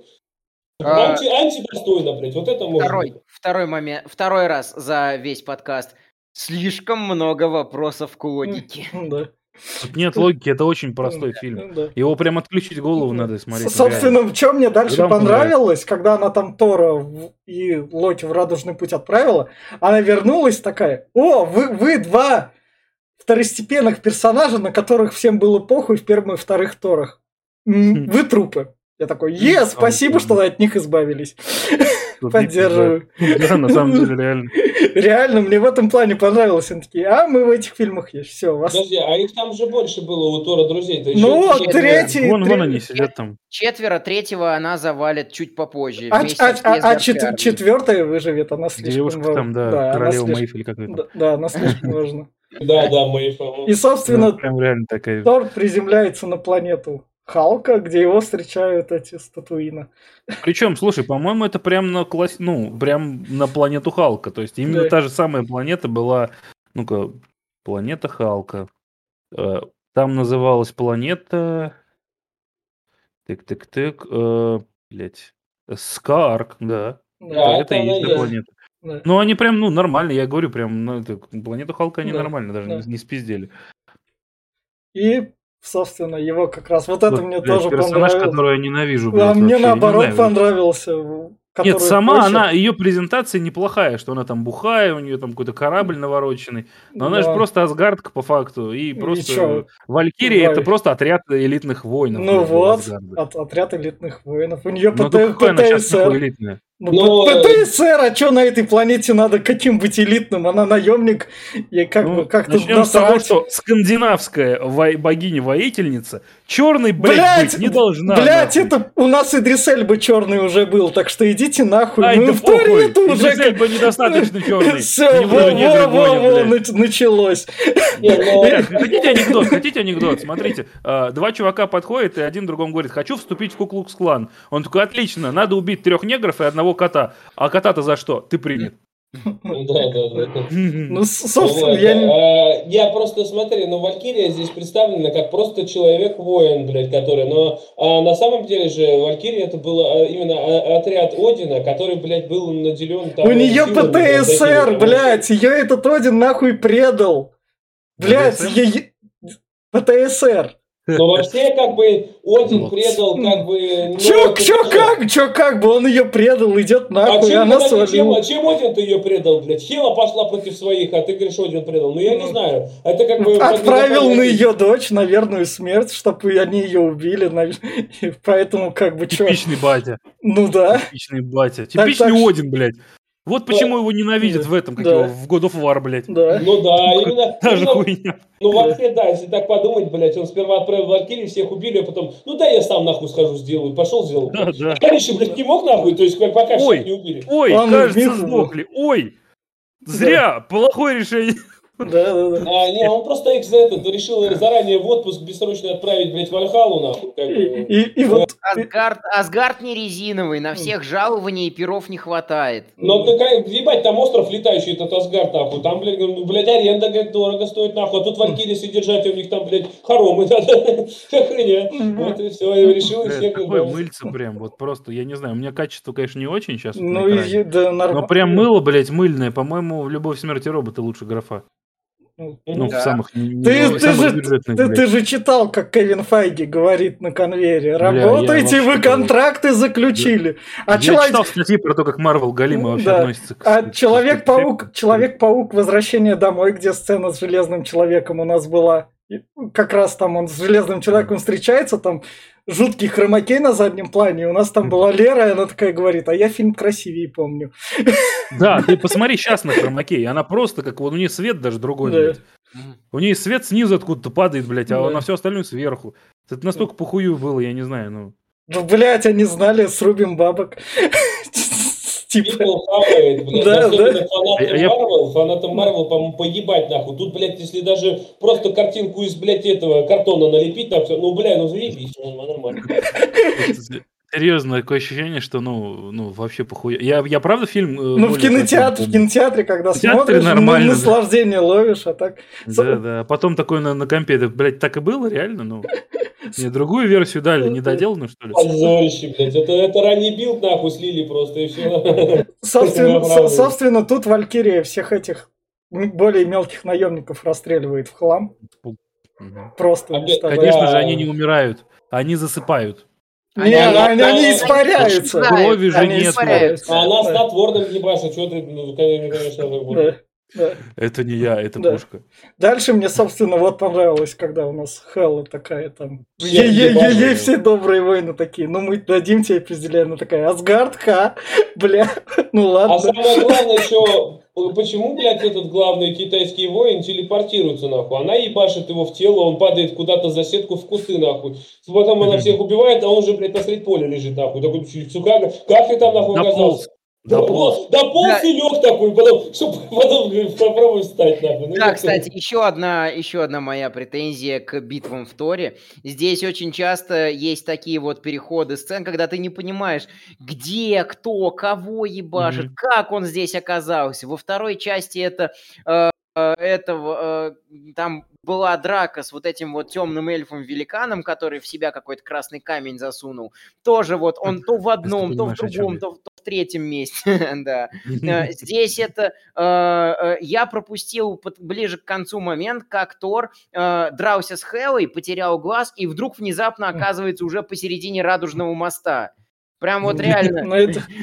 Антидостойна, блядь, вот это может быть. Второй момент, второй раз за весь подкаст. Слишком много вопросов к логике. Да. Тут нет логики, это очень простой фильм. Его прям отключить голову надо смотреть. Собственно, что мне дальше понравилось, когда она там Тора и Локи в Радужный путь отправила, она вернулась такая: о, вы два второстепенных персонажа, на которых всем было похуй в первых и вторых Торах. Вы трупы. Я такой: спасибо, что вы от них избавились. Поддерживаю. Да, на самом деле, реально. Реально, мне в этом плане понравилось. Они такие: мы в этих фильмах есть. Все, вас... Подожди, а их там же больше было у Тора друзей. Третий... Вон они сидят там. Третьего она завалит чуть попозже. Четвертая выживет, она слишком... Девушка там, да, королева Мэйф или какой-то. Да, она слишком важна. Да, Мэйф. И, собственно, прям реально такая... Тор приземляется на планету Халка, где его встречают эти статуины. Причем, слушай, по-моему, это прям на прям на планету Халка. То есть именно та же самая планета была, планета Халка. Там называлась планета... Скаарк, да. Это и есть планета. Ну, они прям, нормально, я говорю, прям, планету Халка они нормально, даже не спиздели. И... Собственно, его как раз... Вот это мне тоже персонаж, понравилось. который я ненавижу, блядь, мне наоборот понравился. Нет, сама ее презентация неплохая, что она там бухая, у нее там какой-то корабль навороченный. Но она же просто асгардка по факту. И просто Валькирия — это просто отряд элитных воинов. Отряд элитных воинов. У нее ПТСР. ПТСР, а что на этой планете надо каким быть элитным? Она наемник. И как-то начнем с того, что скандинавская богиня-воительница черный, быть не должна. Блять, это у нас Идрис Эльба черный уже был, так что идите нахуй. Ай, да похуй, Идрис Эльба недостаточно черный. Все, началось. Хотите анекдот? Смотрите, два чувака подходят, и один другому говорит: хочу вступить в Ку-Клукс-клан. Он такой: отлично, надо убить 3 негров и 1 кота. А кота-то за что? Ты принят. Да. Собственно, я просто смотри, Валькирия здесь представлена как просто человек-воин, блядь, который, но на самом деле же Валькирия это был именно отряд Одина, который, блядь, был наделен там... У нее ПТСР, блядь, ее этот Один нахуй предал. Блядь, ПТСР. Но вообще, как бы, Один предал, как бы... Чё как бы, он ее предал, идет нахуй, и она свалила. Чем Один ты ее предал, блядь? Хела пошла против своих, а ты говоришь, Один предал. Я не знаю. Это как бы... Отправил на ее дочь на верную смерть, чтобы они ее убили. Поэтому, как бы, чё... Типичный батя. Ну да. Типичный батя. Типичный Один, блядь. Вот почему его ненавидят в этом, в God of War, блядь. Да. Ну да, именно... Даже хуйня. Вообще, да, если так подумать, блядь, он сперва отправил Валькирию, всех убили, а потом, я сам нахуй схожу, сделаю. Пошел, сделал. Да. Раньше, блядь, не мог нахуй, то есть пока всех не убили. Ой, кажется, сдохли. Ой, зря, плохое решение. Да. Не, он просто решил заранее в отпуск бессрочно отправить, блядь, Вальхалу, нахуй. И вот... Асгард не резиновый, на всех жалований и перов не хватает. Ну, ебать, там остров летающий, этот Асгард, нахуй. Там, блядь, аренда, блядь, дорого стоит, нахуй. А тут Валькирии содержать, у них там, блядь, хоромы надо. Хрень. Вот и все, я решил всех... Такое мыльце прям, вот просто, я не знаю, у меня качество, конечно, не очень сейчас. Да, нормально. Но прям мыло, блядь, мыльное, по-моему, в «Любовь, смерть и роботы» лучше графа. в Да. самых Ты же читал, как Кевин Файги говорит на конвейере. Работаете, вы контракты заключили. Я читал статьи про то, как Марвел галимо вообще относится к... А Человек-паук «Возвращение домой», где сцена с Железным Человеком у нас была. Как раз там он с Железным Человеком встречается, там жуткий хромакей на заднем плане. У нас там была Лера, и она такая говорит, а я фильм красивее помню. Да, ты посмотри сейчас на хромакей. Она просто как... У нее свет даже другой, блядь. У нее свет снизу откуда-то падает, блядь, а на все остальное сверху. Это настолько похую было, я не знаю, Ну, блядь, они знали, срубим бабок. People хавает, блядь, фанатам Марвел, по-моему, поебать нахуй. Тут, блядь, если даже просто картинку из, блядь, этого картона налепить, там все, заебись, нормально. Серьезно, такое ощущение, что, вообще похуй. Я правда фильм... в кинотеатре, когда смотришь, наслаждение ловишь, а так... Да, потом такой на компе, блядь, так и было, реально, Мне другую версию дали, недоделанную, что ли? Позорище, блядь, это ранний билд, нахуй, слили просто, и все. Собственно, тут Валькирия всех этих более мелких наемников расстреливает в хлам. Просто. Конечно же, они не умирают, они засыпают. Они испаряются. Крови же нет. А она снотворным ебашит, что ты, конечно, Это не я, это пушка. Дальше мне, собственно, понравилось, когда у нас Хелла такая там... Ей все добрые воины такие, мы дадим тебе определение. Она такая, Асгард, бля, ладно. А самое главное, что... Почему, блядь, этот главный китайский воин телепортируется, нахуй? Она ебашит его в тело, он падает куда-то за сетку в кусты, нахуй. Потом она всех убивает, а он же, блядь, посреди поля лежит, нахуй. Такой, как ты там, нахуй, оказался? Полз и лег такой, потом попробуй встать, нахуй. Да, кстати, еще одна моя претензия к битвам в Торе. Здесь очень часто есть такие переходы сцен, когда ты не понимаешь, где, кто, кого ебашит, как он здесь оказался. Во второй части там была драка с этим темным эльфом-великаном, который в себя какой-то красный камень засунул. Тоже он то в одном, то в другом, то в третьем месте. Да. Здесь я пропустил ближе к концу момент, как Тор дрался с Хелой, потерял глаз и вдруг внезапно оказывается уже посередине Радужного моста. Прям реально. А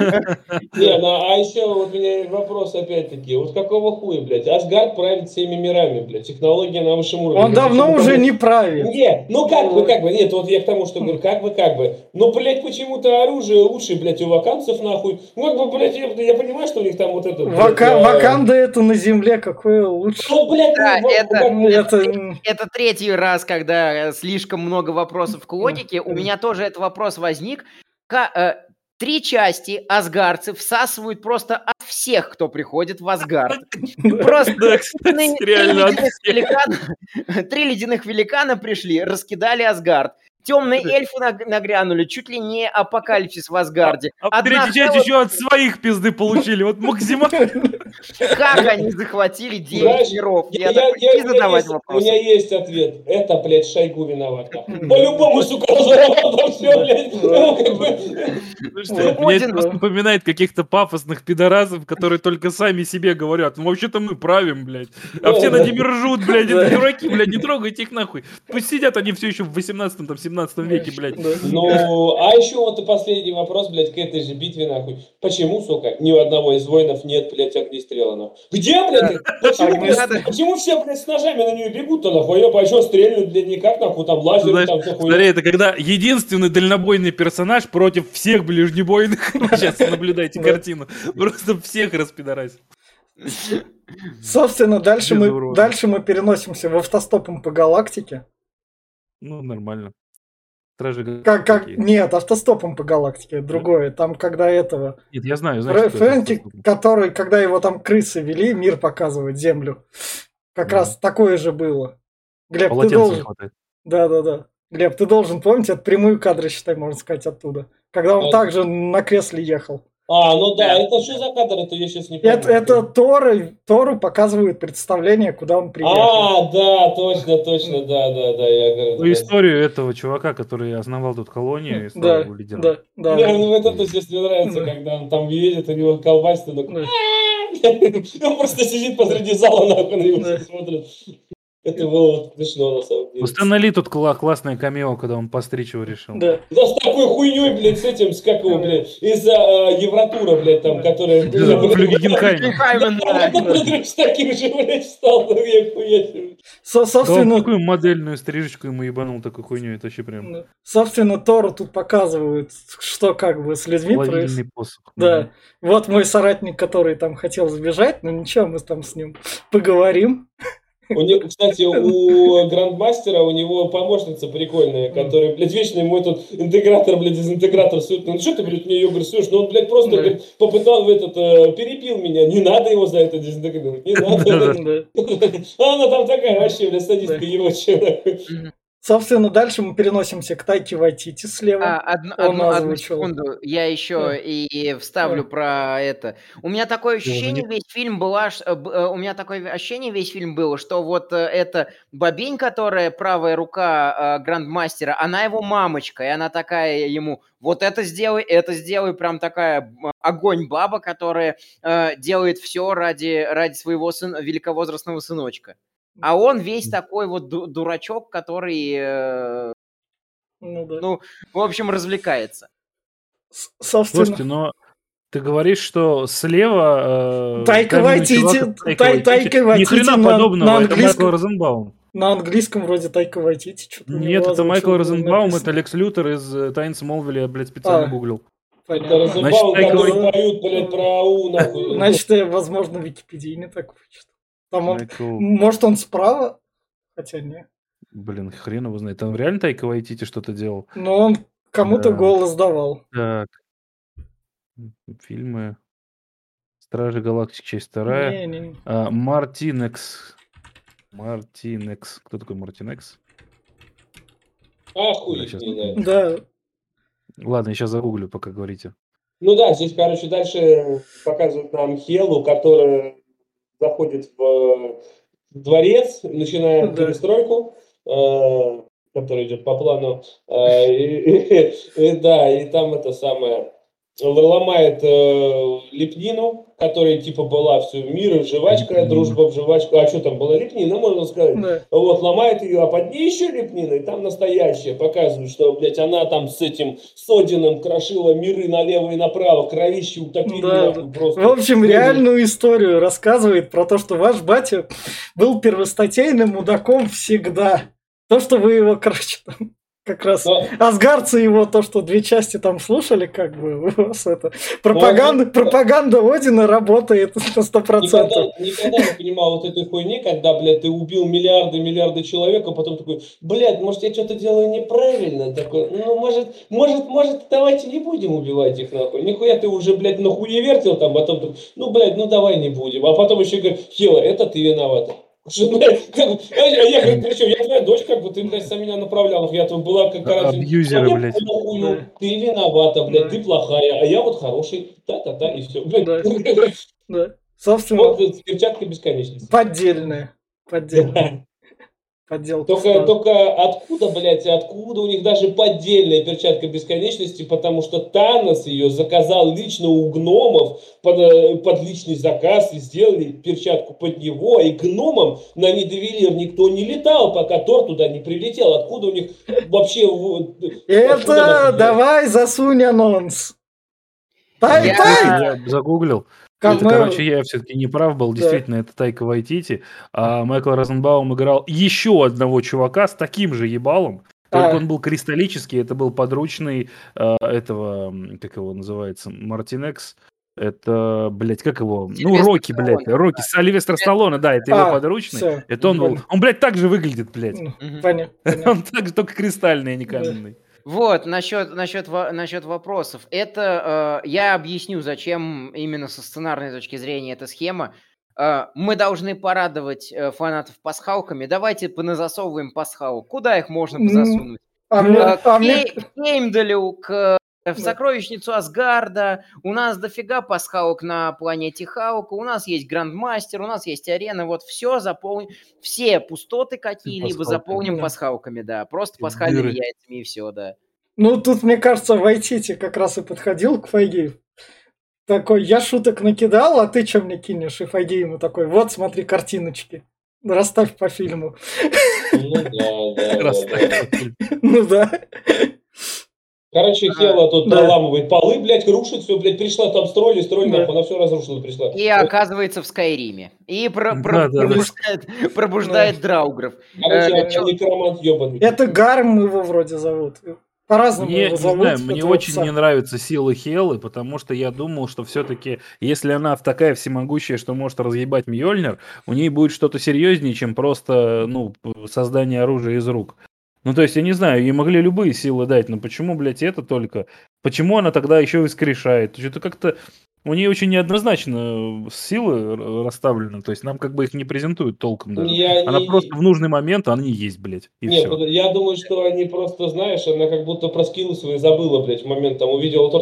еще у меня вопрос опять-таки. Какого хуя, блядь? Асгард правит всеми мирами, блядь. Технология на высшем уровне. Он давно уже не правит. Нет, как бы. Нет, я к тому, что говорю, как бы. Блядь, почему-то оружие лучше, блядь, у ваканцев, нахуй. Блядь, я понимаю, что у них там это... Ваканда это на земле, какое лучше. Блядь, это третий раз, когда слишком много вопросов к логике. У меня тоже этот вопрос возник. 3 части асгардцы всасывают просто от всех, кто приходит в Асгард. Просто 3 ледяных великана пришли, раскидали Асгард. Темные эльфы нагрянули, чуть ли не апокалипсис в Асгарде. А в третьей части еще от своих пизды получили, максимально. Как они захватили 9 миров? Я не задавать вопросы. У меня есть ответ. Это, блядь, Шойгу виноват. По-любому, сука, разорвал там все, блядь. Мне это просто напоминает каких-то пафосных пидорасов, которые только сами себе говорят. Вообще-то мы правим, блядь. А все над ними ржут, блядь. Это дураки, блядь, не трогайте их нахуй. Пусть сидят они все еще в 18-м, 17 веке, блядь. А еще последний вопрос, блядь, к этой же битве, нахуй. Почему, сука, ни у одного из воинов нет, блядь, огнестрела, нахуй? Где, блядь? Почему все, блядь, с ножами на нее бегут-то, нахуй? А что, стрельнут, блядь, никак, нахуй, там лазеры, там все хуйня. Скорее, это когда единственный дальнобойный персонаж против всех ближнебойных. Сейчас наблюдайте картину. Просто всех распидорасит. Собственно, дальше мы переносимся в автостопом по галактике. Нормально. Нет, автостопом по галактике, другое. Там, когда этого... Нет, я знаю. Фрэнки, который, когда его там крысы вели, мир показывать, Землю. Как раз такое же было. Глеб, ты должен... Да. Глеб, ты должен помнить, это прямые кадры, считай, можно сказать, оттуда. Когда он также на кресле ехал. Это что за кадр, это я сейчас не помню. Это Тору показывают представление, куда он приехал. Да, точно, да, я говорю. Историю этого чувака, который основал тут колонию и стал лидером. Да. Это, естественно, нравится, когда он там едет, у него колбасит, Он просто сидит посреди зала, нахуй, на него смотрит. Это было смешно, на самом деле. У Стэна Ли тут классное камео, когда он постричь его решил. Да. Да, с такой хуйней, блядь, с этим, с как его, блядь, из-за Евротура, блядь, там, которая... Флюги Гинкаймен. С таким же, блядь, встал, ну, я хуя. Собственно... Такую модельную стрижечку ему ебанул такой хуйней, это вообще прям... Собственно, Тору тут показывают, что как бы с людьми происходит. Да. Вот мой соратник, который там хотел сбежать, но ничего, мы там с ним поговорим. Кстати, у Грандмастера у него помощница прикольная, которая, блядь, вечно ему этот интегратор, блядь, дезинтегратор сует. Ну что ты, блядь, мне ее, говорит, суешь? Ну он, блядь, просто, говорит, попытал перебил меня. Не надо его за это дезинтегрировать, не надо. А она там такая вообще, блядь, садистка ебучая. Собственно, дальше мы переносимся к Тайке Вайтити слева. Одну секунду, я еще и вставлю про это. У меня такое ощущение, весь фильм было, что вот эта бабень, которая правая рука Грандмастера, она его мамочка, и она такая ему: вот это сделай, прям такая огонь баба, которая делает все ради своего великовозрастного сыночка. А он весь такой вот дурачок, который, в общем, развлекается. Собственно. Слушайте, но ты говоришь, что слева... Тайка Вайтити. Ни хрена подобного, это Майкл Розенбаум. На английском вроде Тайка Вайтити. Нет, это Майкл Розенбаум, это Лекс Лютер из «Тайн Смолвиля», я, блядь, специально гуглил. Это Розенбаум, который поют, блядь, про АУ, нахуй. Значит, я, возможно, в Википедии не так вычитал. Может, он справа? Хотя нет. Блин, хрен его знает. Там реально Тайка Вайтити что-то делал? Но он кому-то голос давал. Так. Фильмы. Стражи Галактики, часть 2. Мартинекс. Кто такой Мартинекс? Охуеть, не знаю. Да. Ладно, я сейчас загуглю, пока говорите. Ну да, здесь, короче, дальше показывают нам Хелу, которая заходит в дворец, начинает перестройку, которая идет по плану, и там это самое, ломает лепнину, которая типа была все мир в жвачка, дружба в жвачку, а что там была лепнина, можно сказать, вот, ломает ее, а под ней еще лепнина, и там настоящая, показывают, что, блядь, она там с этим Содином крошила миры налево и направо, кровище утопили, просто. В общем, реальную историю рассказывает про то, что ваш батя был первостатейным мудаком всегда. То, что вы его, короче, там... Как раз асгарцы его, то, что 2 части там слушали, как бы, у вас это... Пропаганда Одина работает на 100%. Никогда не понимал вот этой хуйни, когда, блядь, ты убил миллиарды человек, а потом такой, блядь, может, я что-то делаю неправильно? Такой, ну, может, давайте не будем убивать их, нахуй. Нихуя ты уже, блядь, нахуевертил там, потом такой, ну, блядь, ну, давай не будем. А потом еще говорит, Хела, это ты виновата. Я говорю, причем, я твоя дочь, как бы, ты, блядь, сам меня направлял, я там была как раз... Абьюзеры, блядь. Ты виновата, блядь, ты плохая, а я вот хороший, та-та-та, и все. Да, собственно... Вот перчатка бесконечности. Поддельная. Подделка. Только откуда у них даже поддельная перчатка бесконечности, потому что Танос ее заказал лично у гномов под личный заказ, и сделали перчатку под него, и гномам на Нидевелир никто не летал, пока Тор туда не прилетел. Откуда у них вообще... Это давай засунь анонс. Я загуглил. Короче, я все-таки не прав был. Действительно, это Тайка Вайтити. А Майкл Розенбаум играл еще одного чувака с таким же ебалом. Только он был кристаллический. Это был подручный этого, как его называется, Мартинекс. Это, блядь, как его? Рокки, блядь. Рокки. Сильвестр Сталлоне, да, это его подручный. Это он был. Он, блядь, так же выглядит, блядь. Понятно. Он так же, только кристальный, а не каменный. Вот, насчет вопросов. Это я объясню, зачем именно со сценарной точки зрения эта схема. Мы должны порадовать фанатов пасхалками. Давайте поназасовываем пасхалок. Куда их можно засунуть? К Хеймдалю, в сокровищницу Асгарда. У нас дофига пасхалок на планете Халка. У нас есть Грандмастер, у нас есть арена. Вот все заполним. Все пустоты какие-либо заполним пасхалками, да. Просто пасхальными яйцами и все, да. Ну, тут, мне кажется, Вайтити как раз и подходил к Файги. такой, я шуток накидал, а ты что мне кинешь? И Файги ему такой, вот смотри картиночки, расставь по фильму. Ну да. Ну да. Короче, Хела тут проламывает полы, блядь, рушит все, блядь, пришла, там строили, нахуй, она все разрушила, пришла. И оказывается в Скайриме. И пробуждает Драугров. Короче, некромант ебаный. Это Гарм его вроде зовут. По-разному его зовут. Мне очень не нравятся силы Хелы, потому что я думал, что все-таки, если она такая всемогущая, что может разъебать Мьёльнир, у нее будет что-то серьезнее, чем просто, создание оружия из рук. Ну, то есть, я не знаю, ей могли любые силы дать, но почему, блядь, это только? Почему она тогда еще воскрешает? Что-то как-то у нее очень неоднозначно силы расставлены, то есть нам как бы их не презентуют толком даже. Она просто в нужный момент, они есть, блядь, и Нет, все. я думаю, что они просто, знаешь, она как будто про скиллы свои забыла, блядь, в момент там увидела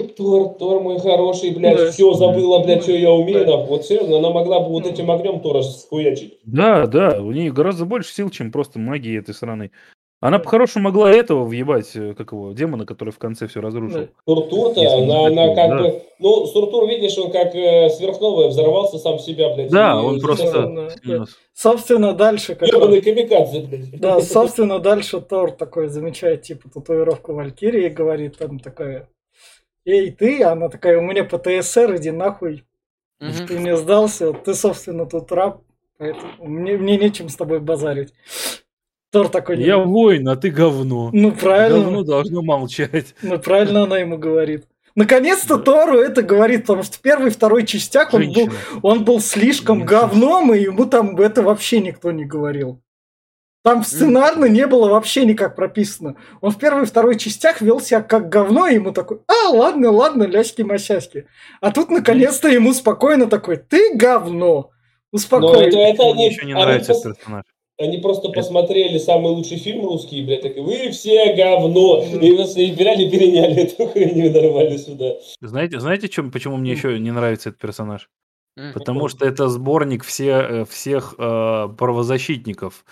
Тор мой хороший, блядь, все забыла, блядь, что я умею, нахуй. Вот серьезно, она могла бы вот этим огнем Тора схуячить. Да, у нее гораздо больше сил, чем просто магии этой страны. Она по-хорошему могла этого въебать, как его, демона, который в конце все разрушил. Суртур-то, она как бы... Ну, Суртур, видишь, он как сверхновая взорвался сам себя, блядь. Да, он просто... Собственно, дальше... Ёбаный камикадзе, блядь. Да, собственно, дальше Тор такой замечает, типа, татуировку Валькирии и говорит там такая... Эй, ты? Она такая, у меня ПТСР, иди нахуй. Ты мне сдался, ты, собственно, тут раб, поэтому мне нечем с тобой базарить. Тор такой... Я воин, а ты говно. Ну, правильно. Говно должно молчать. Ну, правильно она ему говорит. Наконец-то Тору это говорит, потому что в первой и второй частях он был слишком говном, и ему там это вообще никто не говорил. Там сценарно не было вообще никак прописано. Он в первой и второй частях вел себя как говно, и ему такой, ладно, ляськи-масяськи. А тут наконец-то ему спокойно такой, ты говно. Успокойся. Мне еще не нравится этот персонаж. Они просто посмотрели самый лучший фильм русский, блядь, так вы все говно. И берали, переняли эту хуйню нормально сюда. Знаете, почему мне еще не нравится этот персонаж? Потому что это сборник всех правозащитников.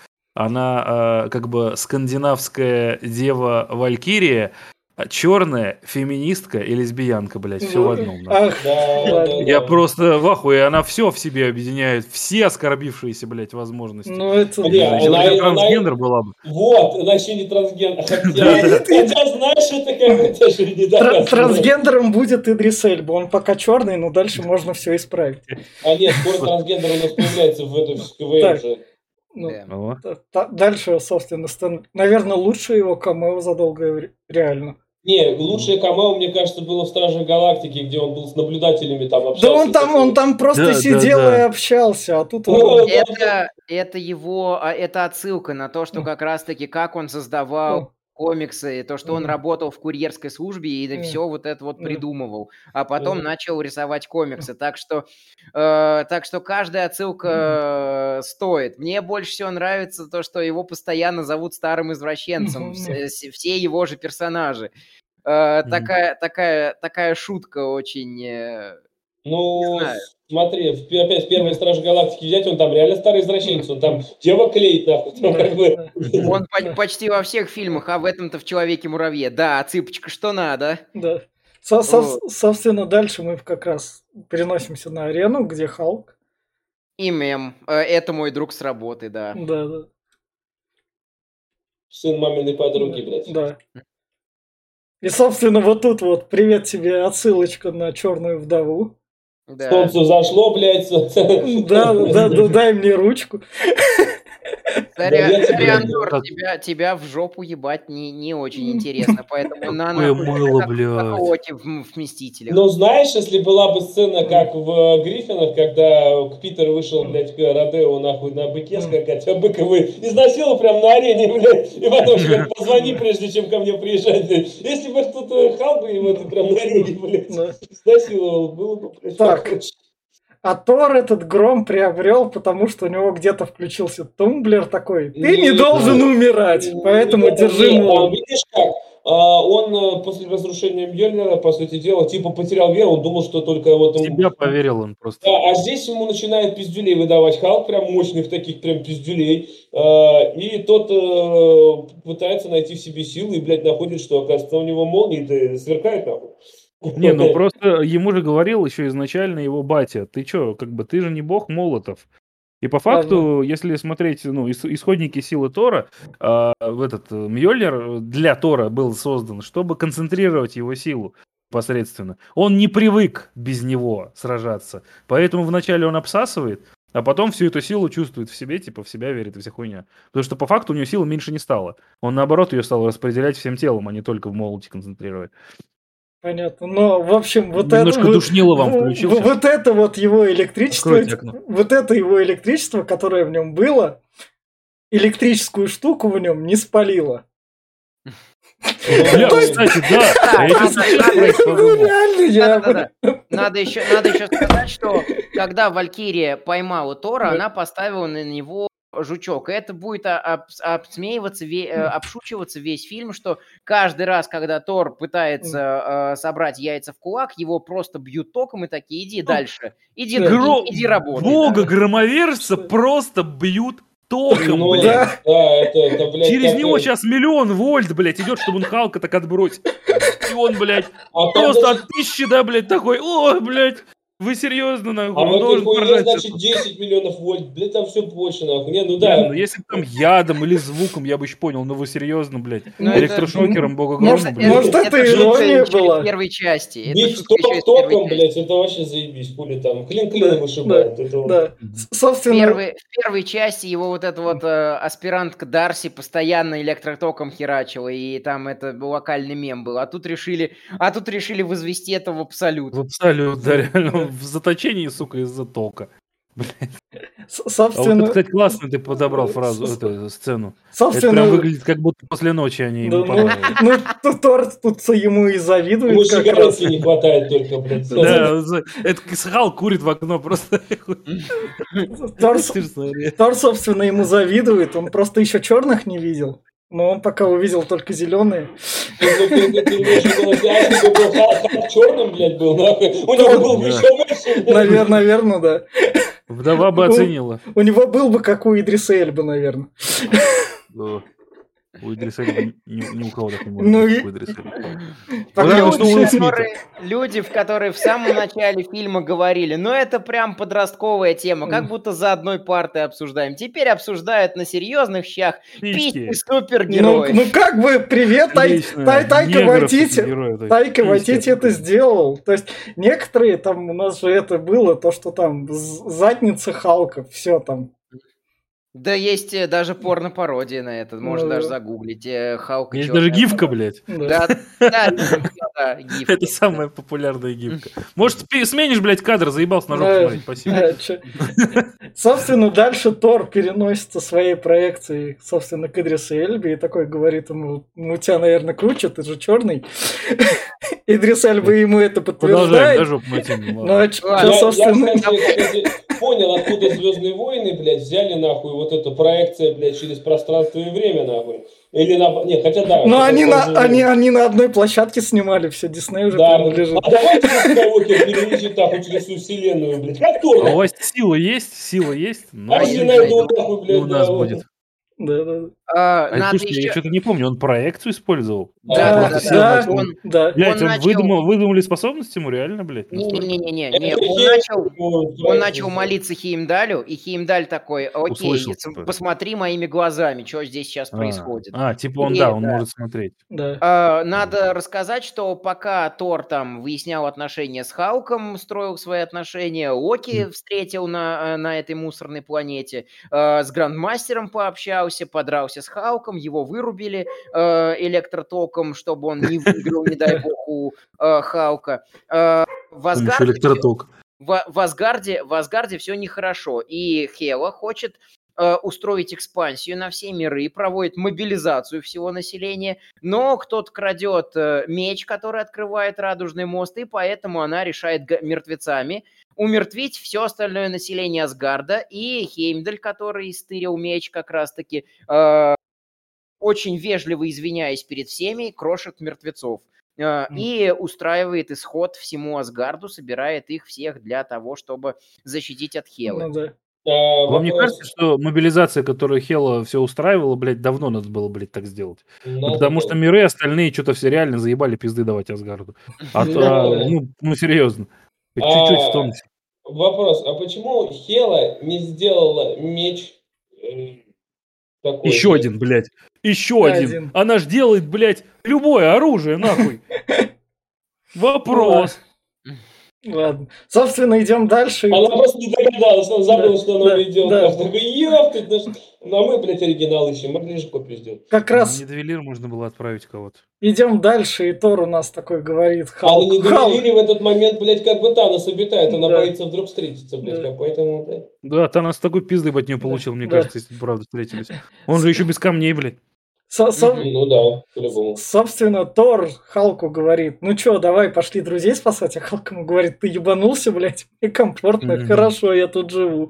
Она как бы скандинавская дева Валькирия, черная, феминистка и лесбиянка, блядь, все в одном. Я просто в ахуе, она все в себе объединяет, все оскорбившиеся, блядь, возможности. Ну это... Она трансгендер была бы. Вот, она еще не трансгендер. Хотя, знаешь, это как даже не доказано. Трансгендером будет Идрис Эльба, он пока черный, но дальше можно все исправить. А нет, скоро трансгендер у нас появляется в КВН же. Дальше, собственно, наверное, лучшее его камео за долгое время, реально. Не, лучшее камео, мне кажется, было в Стражах Галактики, где он был с наблюдателями, там общался. Да он там просто сидел и общался, а тут он... Это отсылка на то, что как раз-таки как он создавал комиксы, то, что он работал в курьерской службе и все вот это вот придумывал, а потом начал рисовать комиксы. Так что каждая отсылка стоит. Мне больше всего нравится то, что его постоянно зовут старым извращенцем, все его же персонажи. Такая шутка очень... Ну, смотри, опять первый Страж Галактики взять, он там реально старый извращенец, он там дева клеит, нахуй. Он почти во всех фильмах, а в этом-то в Человеке-муравье. Да, цыпочка, что надо. Да. Собственно, дальше мы как раз переносимся на арену, где Халк. И мем. Это мой друг с работы, да. Да. Сын маминой подруги, блядь. Да. И, собственно, вот тут вот привет тебе отсылочка на Черную вдову. Да. Солнце зашло, блядь. Да, дай мне ручку. Риандор, тебя в жопу ебать не очень интересно, поэтому на нахуй в Мстителях. Ну, знаешь, если была бы сцена, как в Гриффинах, когда Питер вышел, блядь, к Родео, нахуй, на быке скакать, а бык его изнасиловал прям на арене, блядь, и потом говорит, позвони, прежде чем ко мне приезжать. Если бы кто-то Халк бы его прям на арене, блядь, изнасиловал, было бы, блядь, похоже. А Тор этот гром приобрел, потому что у него где-то включился тумблер такой. Ты не должен умирать, поэтому держи молот. Видишь как? Он после разрушения Мьёльнира, по сути дела, типа потерял веру, он думал, что только вот... Себя поверил он просто. Да, а здесь ему начинает пиздюлей выдавать Халк, прям мощных таких прям пиздюлей. И тот пытается найти в себе силы и, блядь, находит, что, оказывается, у него молнии сверкает, нахуй. Не, ну просто ему же говорил еще изначально его батя: "Ты чё, как бы ты же не бог молотов". И по факту, если смотреть, ну, исходники силы Тора, Мьёльнир для Тора был создан, чтобы концентрировать его силу посредственно. Он не привык без него сражаться, поэтому вначале он обсасывает, а потом всю эту силу чувствует в себе, типа в себя верит и вся хуйня. Потому что по факту у него силы меньше не стало. Он наоборот ее стал распределять всем телом, а не только в молоте концентрировать. Понятно. Но, в общем, вот Немножко это... душнило вам включился. Вот это вот его электричество... Откройте окно. Вот это его электричество, которое в нем было, электрическую штуку в нем не спалило. Бля, кстати, да. Надо еще сказать, что когда Валькирия поймала Тора, она поставила на него жучок. И это будет обшучиваться весь фильм, что каждый раз, когда Тор пытается собрать яйца в кулак, его просто бьют током и такие: иди дальше, иди работай. Бога громовержца просто бьют током, Ну, блядь. да, это, блядь, Через как него это- сейчас 1 000 000 вольт, блядь, идет, чтобы он Халка так отбросить. И он, блядь, А там просто даже- от 1000, да, блядь, такой: о, блядь, вы серьезно, нахуй? А в Он этой должен хуйне, поржать. значит, 10 миллионов вольт, блядь, там все больше, нахуй. Не, ну Да, да. ну если бы там ядом или звуком, я бы еще понял, но вы серьезно, блядь, Ну, это- электрошокером бога грома, Может, блядь. может, это шутка ирония еще из была. первой части. Это Бить шутка еще из ток первой током, части. блядь, это вообще заебись. Пули там клин клином вышибает. Это вот. Да. Собственно, В первой части его вот эта вот аспирантка Дарси постоянно электротоком херачила, и там это локальный мем был. А тут решили возвести это в абсолют. В абсолют, да, реально, он в заточении, сука, из-за тока. А вот собственно, это, кстати, классно ты подобрал фразу, эту сцену. Это собственно, прям выглядит, как будто после ночи они да, ему понравились. ну, Тор тут ему и завидует Ему как раз. сигаретки не хватает только, блядь. Да, это Хал курит в окно просто. Тор, собственно, ему завидует, он просто еще черных не видел. Но он пока увидел только зеленые. Ты имеешь в виду, если бы был Халк черным, блядь, был, нахуй, у него был бы еще больше, блядь. Наверное, да. Вдова бы оценила. У него был бы, как у Идриса Эльбы, наверное. У Идриса Эльбы ни у кого так не Ну может и- быть, как у Идриса Эльбы. Пока Потому он что Уилл Смит. Люди, в которые в самом начале фильма говорили: ну это прям подростковая тема, как будто за одной партой обсуждаем. Теперь обсуждают на серьезных щах письки супергероев. Ну как бы, привет, Тайка Вайтити. Тайка Вайтити это сделал. То есть некоторые там, у нас же это было, то, что там задница Халка, все там. Да есть даже порно-пародия на это, можно даже загуглить. Халк и Есть чёрная даже гифка, вдова. блядь. Да, гифка. Это самая популярная гифка. Может, сменишь, блядь, кадр, заебался на жопу смотреть, спасибо. Собственно, дальше Тор переносится своей проекцией, собственно, к Идрису Эльбе и такой говорит ему: у тебя, наверное, круче, ты же черный. Идрис Эльба ему это Продолжаем, подтверждает. да, жопу натянем, Ну, ладно. а чё, собственно... Я, кстати, понял, откуда «Звездные войны», блядь, взяли, нахуй, вот эта проекция, блядь, через пространство и время, нахуй. Или на... Нет, хотя да. Ну, они на одной площадке снимали, все, Дисней уже принадлежит. А давайте Скайуокер перенесет нахуй через всю вселенную, блядь. Как Тор? А у вас сила есть? А если найду, нахуй, блядь, у нас да, будет. Да. Слушайте, я что-то не помню, он проекцию использовал? Да. Блядь, он выдумали способность ему, реально, блядь? Не. Он начал молиться Хеймдалю, и Хеймдаль такой: окей, посмотри моими глазами, что здесь сейчас происходит. Типа он может смотреть. Надо рассказать, что пока Тор там выяснял отношения с Халком, строил свои отношения, Локи встретил на этой мусорной планете, с Грандмастером пообщался, подрался с Халком, его вырубили электротоком, чтобы он не выиграл, не дай бог, у Халка. В Асгарде все нехорошо, и Хела хочет устроить экспансию на все миры, проводит мобилизацию всего населения, но кто-то крадет меч, который открывает Радужный мост, и поэтому она решает мертвецами умертвить все остальное население Асгарда, и Хеймдаль, который стырил меч как раз-таки, очень вежливо извиняясь перед всеми, крошит мертвецов. И устраивает исход всему Асгарду, собирает их всех для того, чтобы защитить от Хелы. Вам не кажется, что мобилизация, которую Хела все устраивала, блядь, давно надо было, блядь, так сделать? Ну, потому что миры остальные что-то все реально заебали пизды давать Асгарду. Ну, серьезно. Чуть-чуть в тонусе. Вопрос, а почему Хела не сделала меч такой? Еще один, блядь. Еще один. Она ж делает, блядь, любое оружие, нахуй. Вопрос. Ладно. Собственно, идем дальше. Она просто не догадалась, она забыла, что она умеет делать. Такой, ёпты, ну а мы, блядь, оригинал ищем, могли же копию сделать. Как раз... На Нидвелир можно было отправить кого-то. Идем дальше, и Тор у нас такой говорит. А на Нидвелире в этот момент, блядь, как бы Танос обитает, она боится вдруг встретиться, блядь, поэтому, блядь. Да, Танос такой пизды от нее получил, мне кажется, если правда встретились. Он же еще без камней, блядь. Ну да, по-любому. Собственно, Тор Халку говорит, ну чё, давай, пошли друзей спасать, а Халк ему говорит, ты ебанулся, блядь, мне комфортно, хорошо, я тут живу.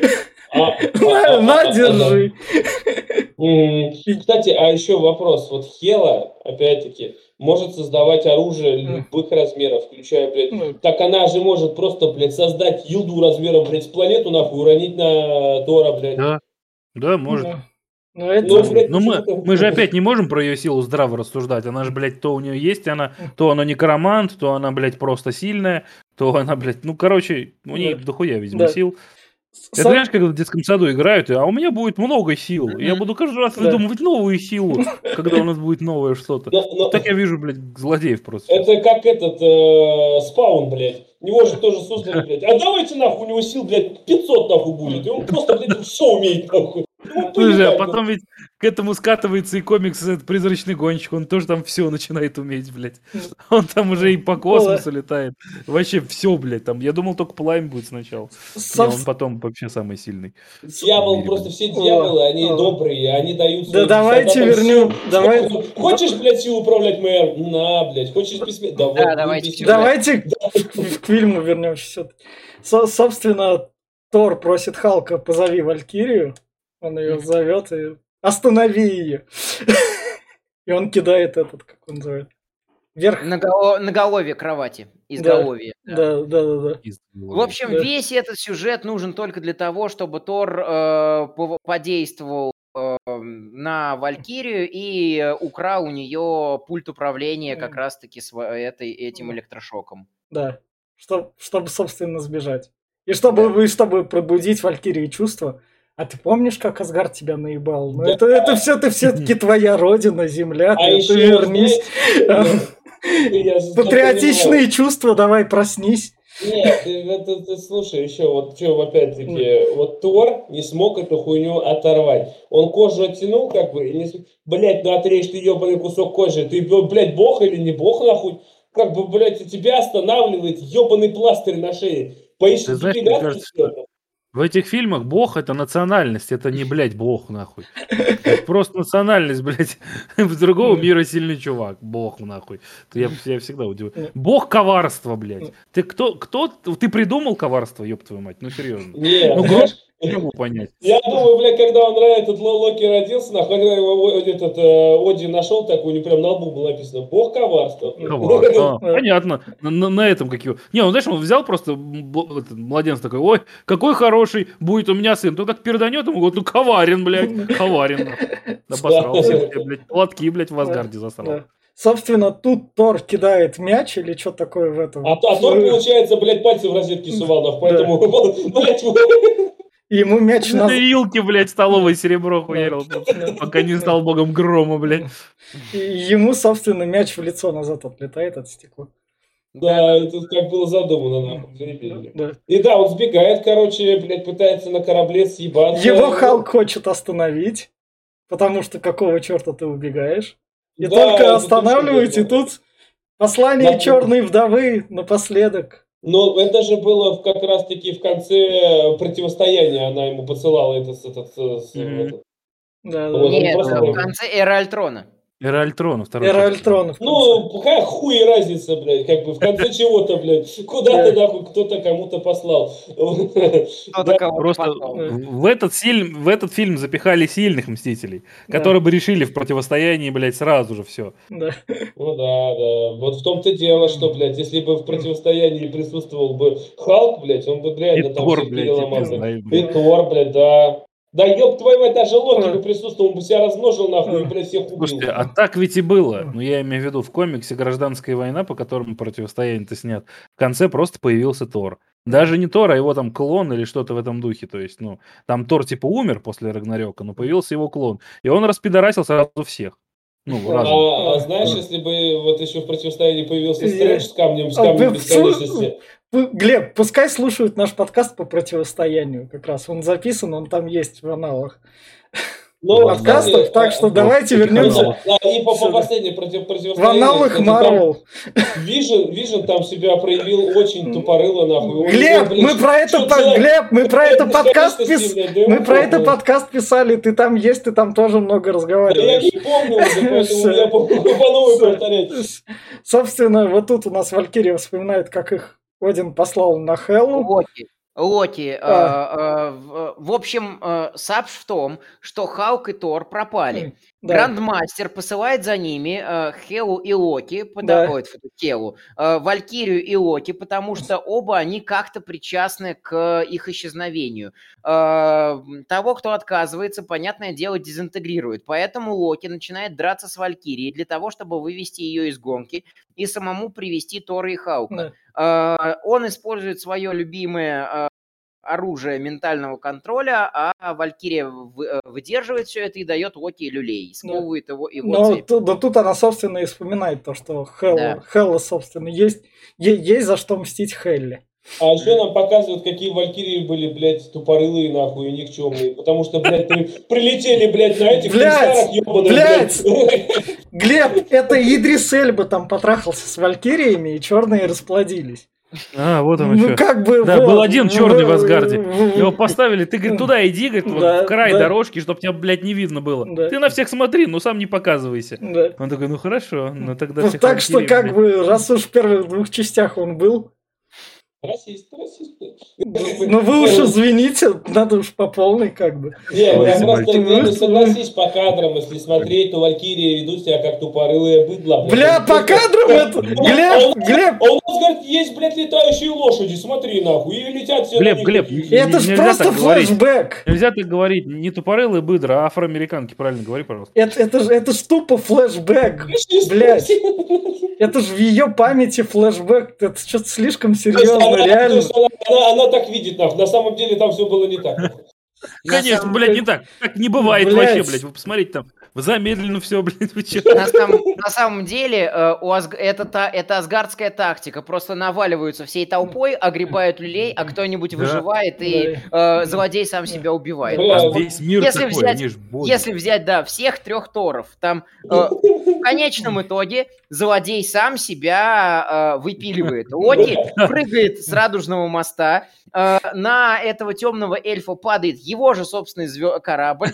На, держи. Кстати, а еще вопрос, вот Хела, опять-таки, может создавать оружие любых размеров, включая, блядь, так она же может просто, блядь, создать Юлду размером, блядь, с планету, нахуй, уронить на Тора, блядь. Да, может. Ну, мы же опять не можем про ее силу здраво рассуждать. Она же, блядь, то у нее есть, то она некромант, то она, блядь, просто сильная, то она, блядь, ну, короче, у нее дохуя, видимо, сил. Это знаешь, как в детском саду играют, а у меня будет много сил. Я буду каждый раз выдумывать новую силу, когда у нас будет новое что-то. Так я вижу, блядь, злодеев просто. Это как этот Спаун, блядь. Его же тоже создали, блядь. А давайте нахуй, у него сил, блядь, 500 нахуй будет. И он просто, блядь, все умеет, нахуй. Слушай, а потом ведь к этому скатывается и комикс этот «Призрачный гонщик», он тоже там все начинает уметь, блядь. Он там уже и по космосу летает. Вообще все, блядь, там. Я думал, только Пламя будет сначала. Он потом вообще самый сильный. Дьявол, просто все дьяволы, они добрые, они дают... Да давайте вернем, давай... Хочешь, блядь, силу управлять, мэр? На, блядь. Хочешь письме? Давайте к фильму вернемся все-таки. Собственно, Тор просит Халка, позови Валькирию. Он ее зовет и останови ее. И он кидает этот, как он называет, вверх. Наголовье кровати. Изголовье. Да. В общем, весь этот сюжет нужен только для того, чтобы Тор подействовал на Валькирию и украл у нее пульт управления как раз-таки этим электрошоком. Да, чтобы, собственно, сбежать. И чтобы пробудить Валькирии чувства. А ты помнишь, как Асгард тебя наебал? Ну, это все-таки твоя родина, земля, ты вернись. Патриотичные чувства, давай, проснись. Нет, ты слушай, еще вот что, опять-таки, вот Тор не смог эту хуйню оторвать. Он кожу оттянул, как бы, и не... Блядь, ну отрежь ты ебаный кусок кожи. Ты, блядь, бог или не бог, нахуй? Как бы, блядь, тебя останавливает ебаный пластырь на шее. Поищи депиляцию. В этих фильмах бог — это национальность, это не, блядь, бог, нахуй. Это просто национальность, блядь. В другого мира сильный чувак. Бог, нахуй. Я всегда удивляюсь. Бог коварства, блядь. Ты кто? Ты придумал коварство, ёб твою мать? Ну, серьезно. Нет, не могу понять. Я думаю, блядь, когда он этот Локи родился, нахуй, когда его Один нашел, так у него прям на лбу было написано «Бог коварства». Понятно. На этом какие... Не, он, знаешь, он взял просто младенец такой, ой, какой хороший будет у меня сын. То как переданет ему, говорит, ну коварен, блядь, коварен. Обосрал всех, блядь, платки, блядь, в Асгарде засрал. Собственно, тут Тор кидает мяч или что такое в этом. А Тор, получается, блядь, пальцы в розетке сувал, поэтому, блядь, и ему мяч на вилке, блядь, столовое серебро хуярил, пока не стал богом грома, блядь. И ему, собственно, мяч в лицо назад отлетает от стекла. Да, это как было задумано, нахуй. И да, он сбегает, короче, блядь, пытается на корабле съебаться. Его Халк хочет остановить, потому что какого черта ты убегаешь? И только останавливаете, тут послание черной вдовы напоследок. Но это же было как раз-таки в конце противостояния, она ему посылала этот. Нет, в конце Эры Альтрона. Эра Альтрона, второй Эра часть. Альтрона. Ну, какая хуй разница, блядь, как бы в конце чего-то, блядь, куда-то нахуй кто-то кому-то послал. Просто в этот фильм запихали сильных Мстителей, которые бы решили в противостоянии, блядь, сразу же все. Да. Ну да. Вот в том-то дело, что, блядь, если бы в противостоянии присутствовал бы Халк, блядь, он бы реально И там Тор, всех блядь, переломал и бы. Знаю, И блядь. Тор, блядь, да. Да ёб твою мать, даже Локи бы присутствовал, он бы себя размножил нахуй и, блядь, всех убил. Слушайте, а так ведь и было. Ну, я имею в виду, в комиксе «Гражданская война», по которому противостояние-то снят, в конце просто появился Тор. Даже не Тор, а его там клон или что-то в этом духе. То есть, ну, там Тор типа умер после Рагнарёка, но появился его клон. И он распидорасил сразу всех. Ну, разом. А знаешь, если бы вот еще в противостоянии появился Стрэндж с камнем бесконечности. Глеб, пускай слушают наш подкаст по противостоянию как раз. Он записан, он там есть в аналах подкастов, так что давайте вернемся. И по последней противостоянию. В аналах Марвел. Вижен там себя проявил очень тупорыло, нахуй. Глеб, мы про это подкаст писали, ты там есть, ты там тоже много разговариваешь. Я не помню уже, поэтому я по новой повторять. Собственно, вот тут у нас Валькирия вспоминает, как их Один послал на Хеллу. Локи. В общем, сапш в том, что Халк и Тор пропали. Да. Грандмастер посылает за ними Хелу и Локи, Валькирию и Локи, потому что оба они как-то причастны к их исчезновению. Того, кто отказывается, понятное дело, дезинтегрирует. Поэтому Локи начинает драться с Валькирией для того, чтобы вывести ее из гонки и самому привести Тора и Халка. Да. Он использует свое любимое оружие ментального контроля, а Валькирия выдерживает все это и дает Локи люлей, сковывает его цепь. Да тут она, собственно, и вспоминает то, что Хелла, собственно, есть за что мстить Хелле. А еще нам показывают, какие Валькирии были, блядь, тупорылые, нахуй, и никчемные. Потому что, блядь, прилетели, блядь, на этих старых ебаных, блядь. Глеб, это Идрис Эльба там потрахался с Валькириями, и черные расплодились. А, вот он еще. Как бы, да, был один черный в Асгарде. Его поставили, ты, говорит, туда иди, говорит, вот, в край дорожки, чтобы тебя, блядь, не видно было. Да. Ты на всех смотри, но сам не показывайся. Да. Он такой, ну хорошо, ну тогда всех так что, как бы, раз уж в первых двух частях он был. Расист. Ну вы уж извините, надо уж по полной, как бы. Я просто согласись, по кадрам, если смотреть, то Валькирии ведут себя как тупорылые быдла. Бля, по кадрам это... Глеб! А у нас, говорит, есть, блядь, летающие лошади, смотри, нахуй, и летят все. Глеб, это ж просто флешбэк. Нельзя так говорить, не тупорылые быдра, а афроамериканки, правильно говори, пожалуйста. Это ж тупо флешбэк, блядь. Это же в ее памяти флешбэк, это что-то слишком серьезно, реально. Она так видит, нахуй. На самом деле там все было не так. Конечно, блядь, не так. Так не бывает вообще, блядь. Вы посмотрите там. Замедленно все, блядь, вы че? На самом деле, это асгардская тактика. Просто наваливаются всей толпой, огребают люлей, а кто-нибудь выживает, и злодей сам себя убивает. Весь мир такой, они ж боги. Если взять, да, всех трех Торов, там в конечном итоге злодей сам себя выпиливает. Локи прыгает с радужного моста, на этого темного эльфа падает его же собственный корабль,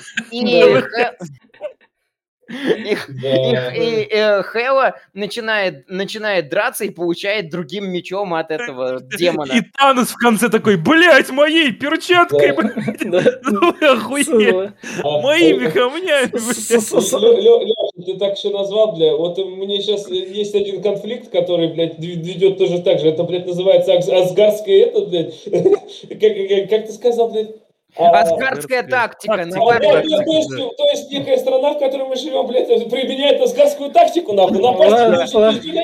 и Хелла начинает драться и получает другим мечом от этого демона. И Танос в конце такой, блядь, моей перчаткой, блядь. Ну охуеть. Моими камнями, блядь. Ты так еще назвал, блядь. Вот мне сейчас есть один конфликт, который, блядь, ведет тоже так же. Это, блядь, называется асгардская, это, блядь. Как ты сказал, блядь? Асгардская тактика. То есть некая страна, в которой мы живем, блядь, применяет асгардскую тактику, нахуй, напасть.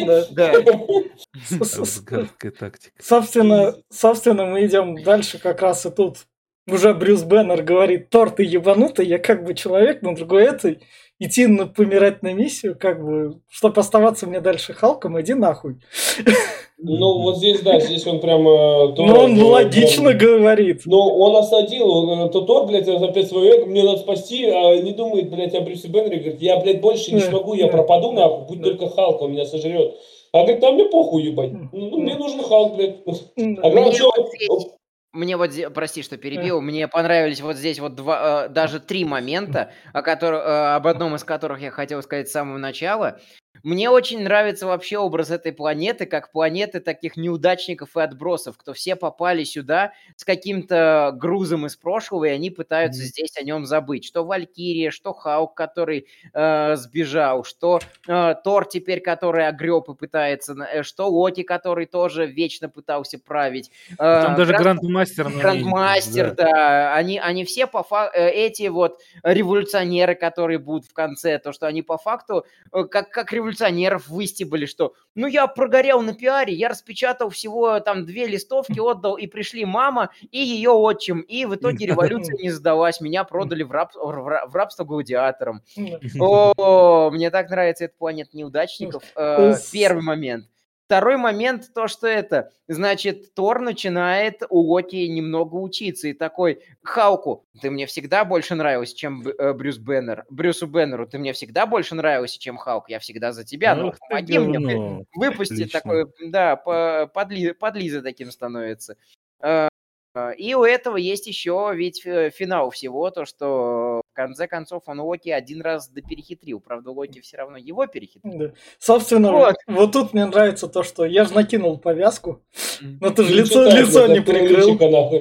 Асгардская тактика. Собственно, мы идем дальше, как раз и тут уже Брюс Бэннер говорит: Тор, ты ебанутый, я как бы человек, но другой этой. Идти помирать на миссию, как бы, чтобы оставаться мне дальше Халком, иди нахуй. Ну, вот здесь, да, здесь он прямо... Ну, он логично говорит. Но он осадил, Тор, блядь, опять свое эго, мне надо спасти, а не думает, блядь, о Брюсе Бэннере, говорит, я, блядь, больше не смогу, я пропаду, нахуй, будь только Халк, он меня сожрет. А говорит, а мне похуй, ебать, мне нужен Халк, блядь. А главное, Мне вот, прости, что перебил, мне понравились вот здесь вот даже 3 момента, об одном из которых я хотел сказать с самого начала. Мне очень нравится вообще образ этой планеты, как планеты таких неудачников и отбросов, кто все попали сюда с каким-то грузом из прошлого, и они пытаются здесь о нем забыть. Что Валькирия, что Хаук, который сбежал, что Тор теперь, который огреб и пытается, что Локи, который тоже вечно пытался править. Там даже Грандмастер. Грандмастер, да. Они все по факту, эти вот революционеры, которые будут в конце, то, что они по факту как революционеров выстебали, что ну я прогорел на пиаре, я распечатал всего там 2 листовки, отдал, и пришли мама и ее отчим, и в итоге революция не сдалась, меня продали в рабство гладиаторам. О, мне так нравится эта планета неудачников. Первый момент. Второй момент, то, что значит, Тор начинает у Локи немного учиться, и такой: Хауку, ты мне всегда больше нравился, чем Брюсу Беннеру, ты мне всегда больше нравился, чем Хаук, я всегда за тебя, но помоги мне, выпусти. Такой, да, подлиза таким становится. И у этого есть еще ведь финал всего, то, что в конце концов он Локи один раз доперехитрил. Правда, Локи все равно его перехитрил. Да. Собственно, вот тут мне нравится то, что я же накинул повязку, но ты же лицо не прикрыл.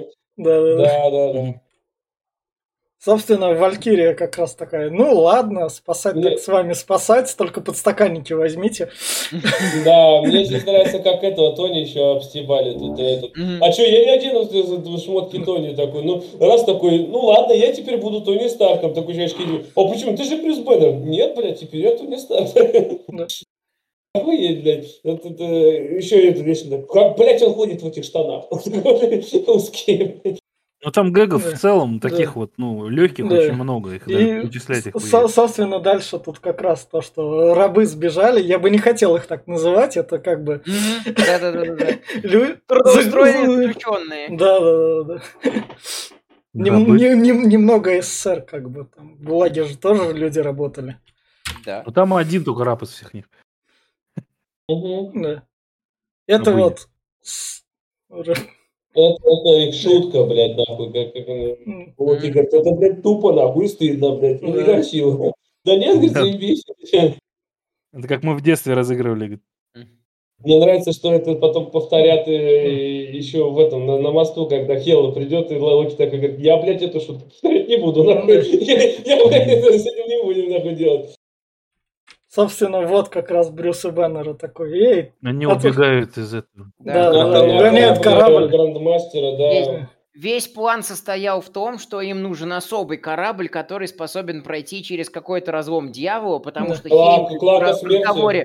Да. Собственно, Валькирия как раз такая: ну ладно, спасать так с вами спасать, только подстаканники возьмите. Да, мне здесь нравится, как этого Тони еще обстебали. А что, я не один шмотки Тони такой. Ну, раз такой, ну ладно, я теперь буду Тони Старком. Такой жачки, а почему? Ты же Брюс Беннер. Нет, блядь, теперь я Тони Старк. Охуеть, блядь. Еще это вечно. Как, блядь, он ходит в этих штанах. Узкие, блядь. Ну там гэгов в целом таких вот, легких очень много, их перечислять их. Собственно, дальше тут как раз то, что рабы сбежали. Я бы не хотел их так называть, это как бы... Да-да-да. Трудоустроенные заключенные. Да. Немного СССР, как бы там. В ГУЛАГе же тоже люди работали. Да. Ну там один только раб из всех них. Да. Это вот... Это их шутка, блядь, нахуй. Локи говорит, это, блядь, тупо, нахуй, стыдно, блядь, некрасиво. Да нет, говорит, заебись. Это как мы в детстве разыгрывали. Мне нравится, что это потом повторят еще в этом, на мосту, когда Хелла придет, и Локи такой говорит: я, блядь, эту шутку повторять не буду, нахуй. Я, блядь, с этим не будем, нахуй, делать. Собственно, вот как раз Брюс и Беннер такой: эй. Они убегают из этого. Да, гоняют корабль. Грандмастера, да. Весь план состоял в том, что им нужен особый корабль, который способен пройти через какой-то разлом дьявола, потому что Хелл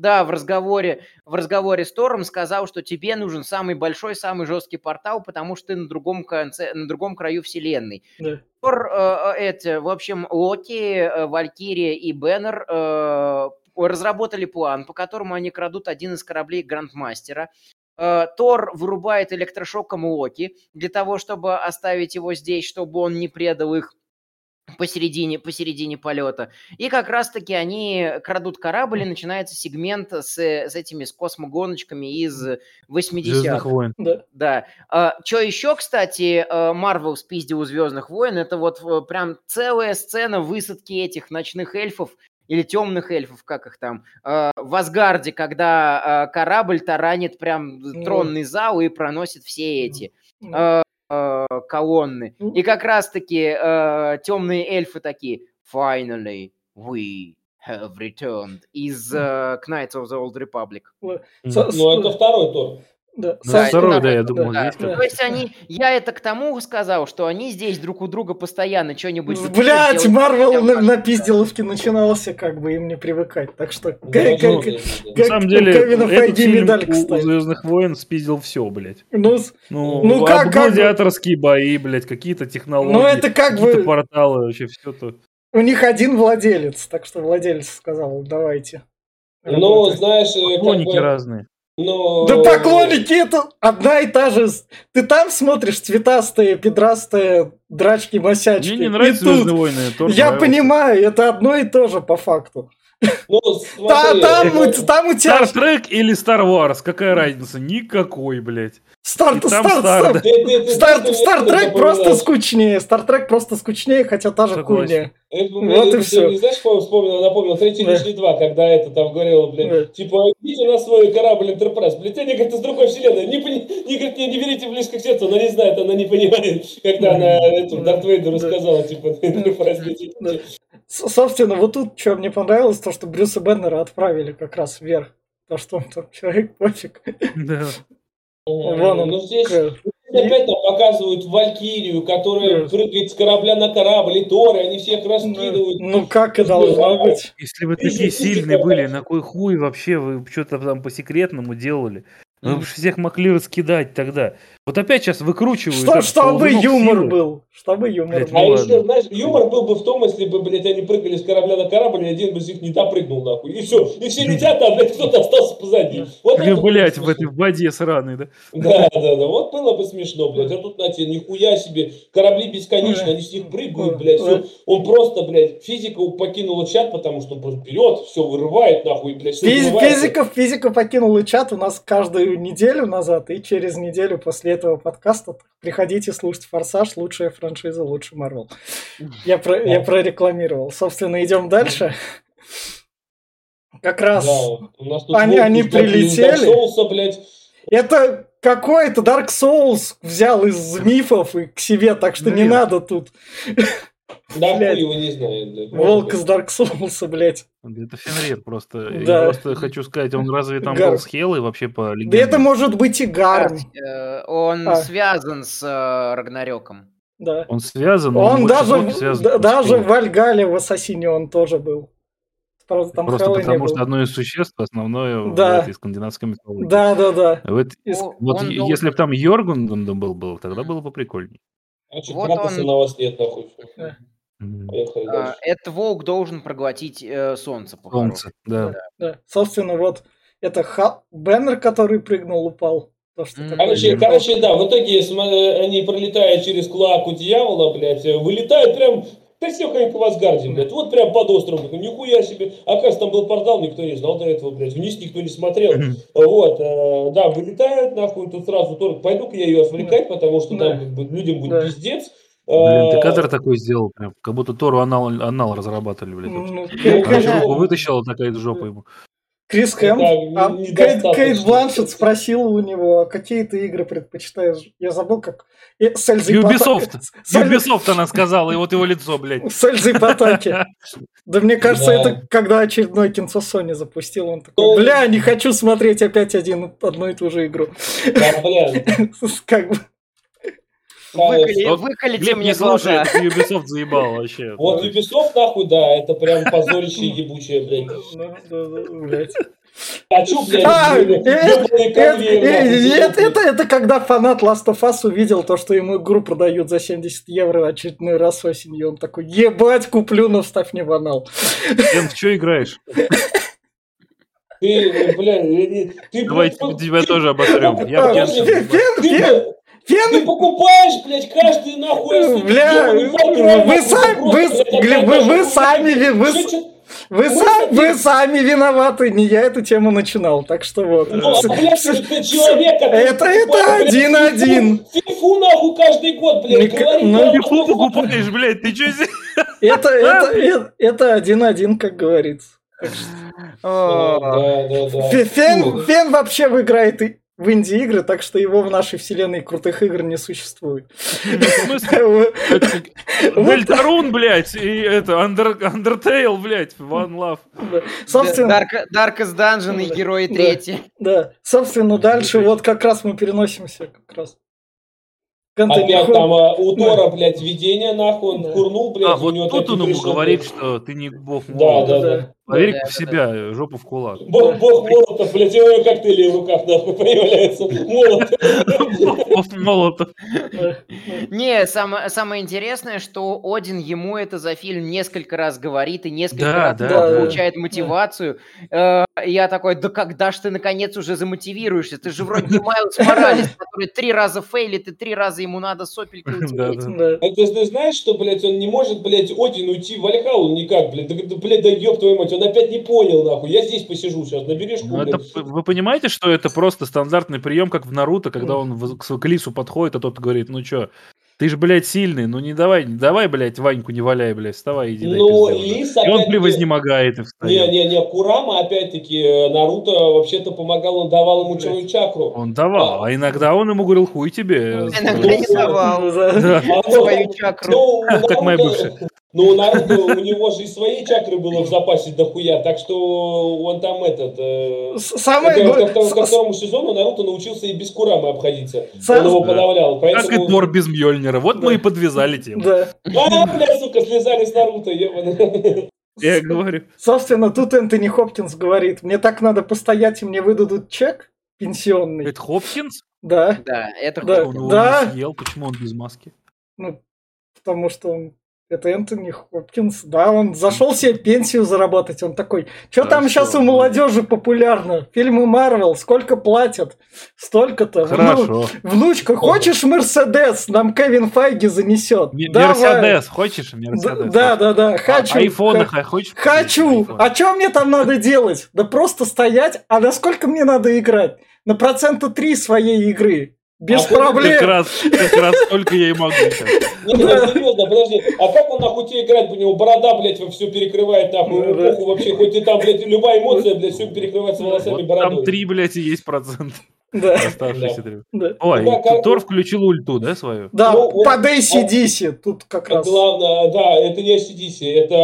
в разговоре с Тором сказал, что тебе нужен самый большой, самый жесткий портал, потому что ты на другом краю вселенной. Да. Тор, в общем, Локи, Валькирия и Беннер разработали план, по которому они крадут один из кораблей Грандмастера. Тор вырубает электрошоком Локи для того, чтобы оставить его здесь, чтобы он не предал их посередине полета. И как раз-таки они крадут корабль, и начинается сегмент с космогоночками из 80-х. Звездных войн. Да. Что еще, кстати, Марвел спиздил у Звездных войн, это вот прям целая сцена высадки этих ночных эльфов, или темных эльфов, как их там, в Асгарде, когда корабль таранит прям тронный зал и проносит все эти... колонны. И как раз-таки темные эльфы такие: finally we have returned из Knights of the Old Republic. Ну, это второй Тор. Да, второй, да, я думал, здесь. То есть я это к тому сказал, что они здесь друг у друга постоянно что-нибудь... Блять, Марвел на пизделовке начинался, как бы им не привыкать. Так что... На самом деле, этот фильм у Звездных войн спиздил все, блядь. Ну, как... Гладиаторские бои, блядь, какие-то технологии, это как какие-то порталы, вообще все то. У них один владелец, так что владелец сказал: давайте. Ну, знаешь... Поклонники разные. Да поклонники это одна и та же. Ты там смотришь цветастые, педрастые драчки-босячки. Мне не нравятся «Звездные войны». Я понимаю, это одно и то же по факту. Ну, смотри. Там у тебя... Star Trek или Star Wars? Какая разница? Никакой, блядь. Star Trek просто скучнее. Star Trek просто скучнее, хотя та же хуйня. Вот и все. Не знаешь, кого напомнил? Третий лишний 2, когда это там говорил, блядь, типа, идите на свой корабль Enterprise. Блядь, они, говорит, из другой вселенной. Не берите близко к сердцу, она не знает, она не понимает, когда она Дарт Вейдеру сказала, типа, Enterprise летите. Собственно, вот тут, что мне понравилось, то, что Брюса Беннера отправили как раз вверх. То, что он там человек пофиг. Да. Вон он. Ну, здесь опять нам показывают Валькирию, которая прыгает с корабля на корабль, и Торы, они всех раскидывают. Ну, как и должно быть. Если вы такие сильные были, на кой хуй вообще вы что-то там по-секретному делали? Вы бы всех могли раскидать тогда. Вот опять сейчас выкручивают. Чтобы юмор был. Чтобы юмор был. А еще, знаешь, юмор был бы в том, если бы, блядь, они прыгали с корабля на корабль, и один из них не допрыгнул, нахуй. И все. И все летят, а, блядь, кто-то остался позади. Вот блядь, в этой воде сраной, да? Да. Вот было бы смешно, блядь. А тут, знаете, нихуя себе. Корабли бесконечны, они с них прыгают, блядь. Все. Он просто, блядь, физика покинула чат, потому что он просто вперед, все вырывает, нахуй, блядь. Физика покинула чат у нас каждую неделю назад, и через неделю после этого подкаста приходите слушать «Форсаж», лучшая франшиза, лучше Марвел. Я прорекламировал. Собственно, идем дальше. Как раз они прилетели. Это какой-то Dark Souls взял из мифов и к себе, так что не надо тут. Да, хуй его не знает. Волк из Dark Souls, блядь. Это Фенрир просто. Да. Я просто хочу сказать, он разве там был с Хелой вообще по легенде? Да это может быть и Гарм. Он связан с Рагнарёком. Да. Он связан, он даже в Вальгале в Ассасине он тоже был. Правда, там просто потому, что одно из существ основное в этой скандинавской мифологии. Да. Вот если бы там Йоргундом был, тогда было бы прикольнее. А что, Кратоса на вас нет, нахуй. Этот волк должен проглотить солнце. Солнце, да. Собственно, вот это Беннер, который прыгнул, упал. Короче, да, в итоге они пролетают через клаку дьявола, блядь, вылетают прям, да все как в Асгарде, блядь, вот прям под островом, нихуя себе, оказывается, там был портал, никто не знал до этого, блядь, вниз никто не смотрел, вот, да, вылетают, нахуй, тут сразу Тор, пойду-ка я ее отвлекать, потому что там как бы людям будет пиздец. Блин, ты кадр такой сделал, прям, как будто Тору анал разрабатывали, блядь. Руку вытащила, такая жопа ему. Крис Хэмп, Кейт Бланшетт спросила у него, какие ты игры предпочитаешь. Я забыл, как... Ubisoft она сказала, и вот его лицо, блядь. С Эльзой Потаки. Да мне кажется, это когда очередной кинцо Sony запустил, он такой, бля, не хочу смотреть опять одну и ту же игру. Да, бля. Как бы... Выколите мне глаза. Ubisoft заебал вообще. Вот Ubisoft, нахуй, да, это прям позорище ебучее, блядь. Блядь. А чё, блядь, это когда фанат Last of Us увидел то, что ему игру продают за 70 евро очередной раз осенью. Он такой, ебать, куплю, но вставь мне в анал. Эн, в чё играешь? Давайте тебя тоже обосрём. Ты покупаешь, блядь, каждый нахуй. Бля, вы сами виноваты, не я эту тему начинал, так что вот. Ну, блядь, ты человек, это 1-1. Фифу нахуй каждый год, блядь, Фифу покупаешь, блядь, ты чё здесь? Это 1-1, как говорится. Фен вообще выиграет в инди-игры, так что его в нашей вселенной крутых игр не существует. Дельтарун, блядь, и это, Undertale, блядь, One Love. Darkest Dungeon и Герои 3. Да, собственно, дальше вот как раз мы переносимся как раз. Опять там у Тора, блядь, видение, нахуй, он курнул, блядь. А, вот тут он ему говорит, что ты не бог молотов. Да. Поверь в себя, жопу в кулак. Бог молотов, блядь, его коктейли в руках, нахуй, появляются. Молотов. Не, самое интересное, что Один ему это за фильм несколько раз говорит и несколько раз получает мотивацию. Я такой, да когда ж ты наконец уже замотивируешься? Ты же вроде не Майлз Моралес, который 3 раза фейлит и 3 раза ему надо сопелькой утереть. Ты знаешь, что, блядь, он не может, блядь, Один уйти в Вальхаллу никак, блядь, да ёб твою мать, Он опять не понял, нахуй. Я здесь посижу сейчас, на бережку. Вы понимаете, что это просто стандартный прием, как в Наруто, когда он к Лису подходит, а тот говорит, ну чё, ты же, блядь, сильный, ну не давай, блядь, Ваньку не валяй, блядь, вставай, иди, дай Лис, и он превознемогает и встает. Не, Курама, опять-таки, Наруто вообще-то помогал, он давал ему свою чакру. Он давал, а иногда он ему говорил, хуй тебе. Иногда не давал свою чакру. Как моя бывшая. Ну, у Наруто, у него же и своей чакры было в запасе дохуя, так что он там ко второму сезону Наруто научился и без Курамы обходиться. Он его подавлял. Как и Тор без Мьёльнира. Вот мы и подвязали тему. Бля, сука, слезали с Наруто, ебаный. Я говорю. Собственно, тут Энтони Хопкинс говорит, мне так надо постоять, и мне выдадут чек пенсионный. Это Хопкинс? Да. Да, это Хопкинс. Он его не съел, почему он без маски? Ну, потому что это Энтони Хопкинс, да, он зашел себе пенсию заработать, он такой, что там сейчас у молодежи популярно? Фильмы Марвел, сколько платят? Столько-то. Хорошо. Внучка, хочешь Мерседес? Нам Кевин Файги занесет. Мерседес, хочешь Мерседес? Да, хочу. Айфон хочешь? Хочу. А что мне там надо делать? Да просто стоять. А насколько мне надо играть? На 3% своей игры. Без проблем. Как раз только я и могу. Не, серьезно, подожди. А как он нахуй тебе играет? У него борода, блядь, все перекрывает, нахуй. Похуй вообще, хоть и там, блядь, любая эмоция, блядь, все перекрывается волосами, бородой. Там 3, блядь, и есть процент. Да. Оставшиеся 3. Ой, Тор включил ульту, да, свою? Да, под AC/DC тут как раз. Главное, да, это не AC/DC, это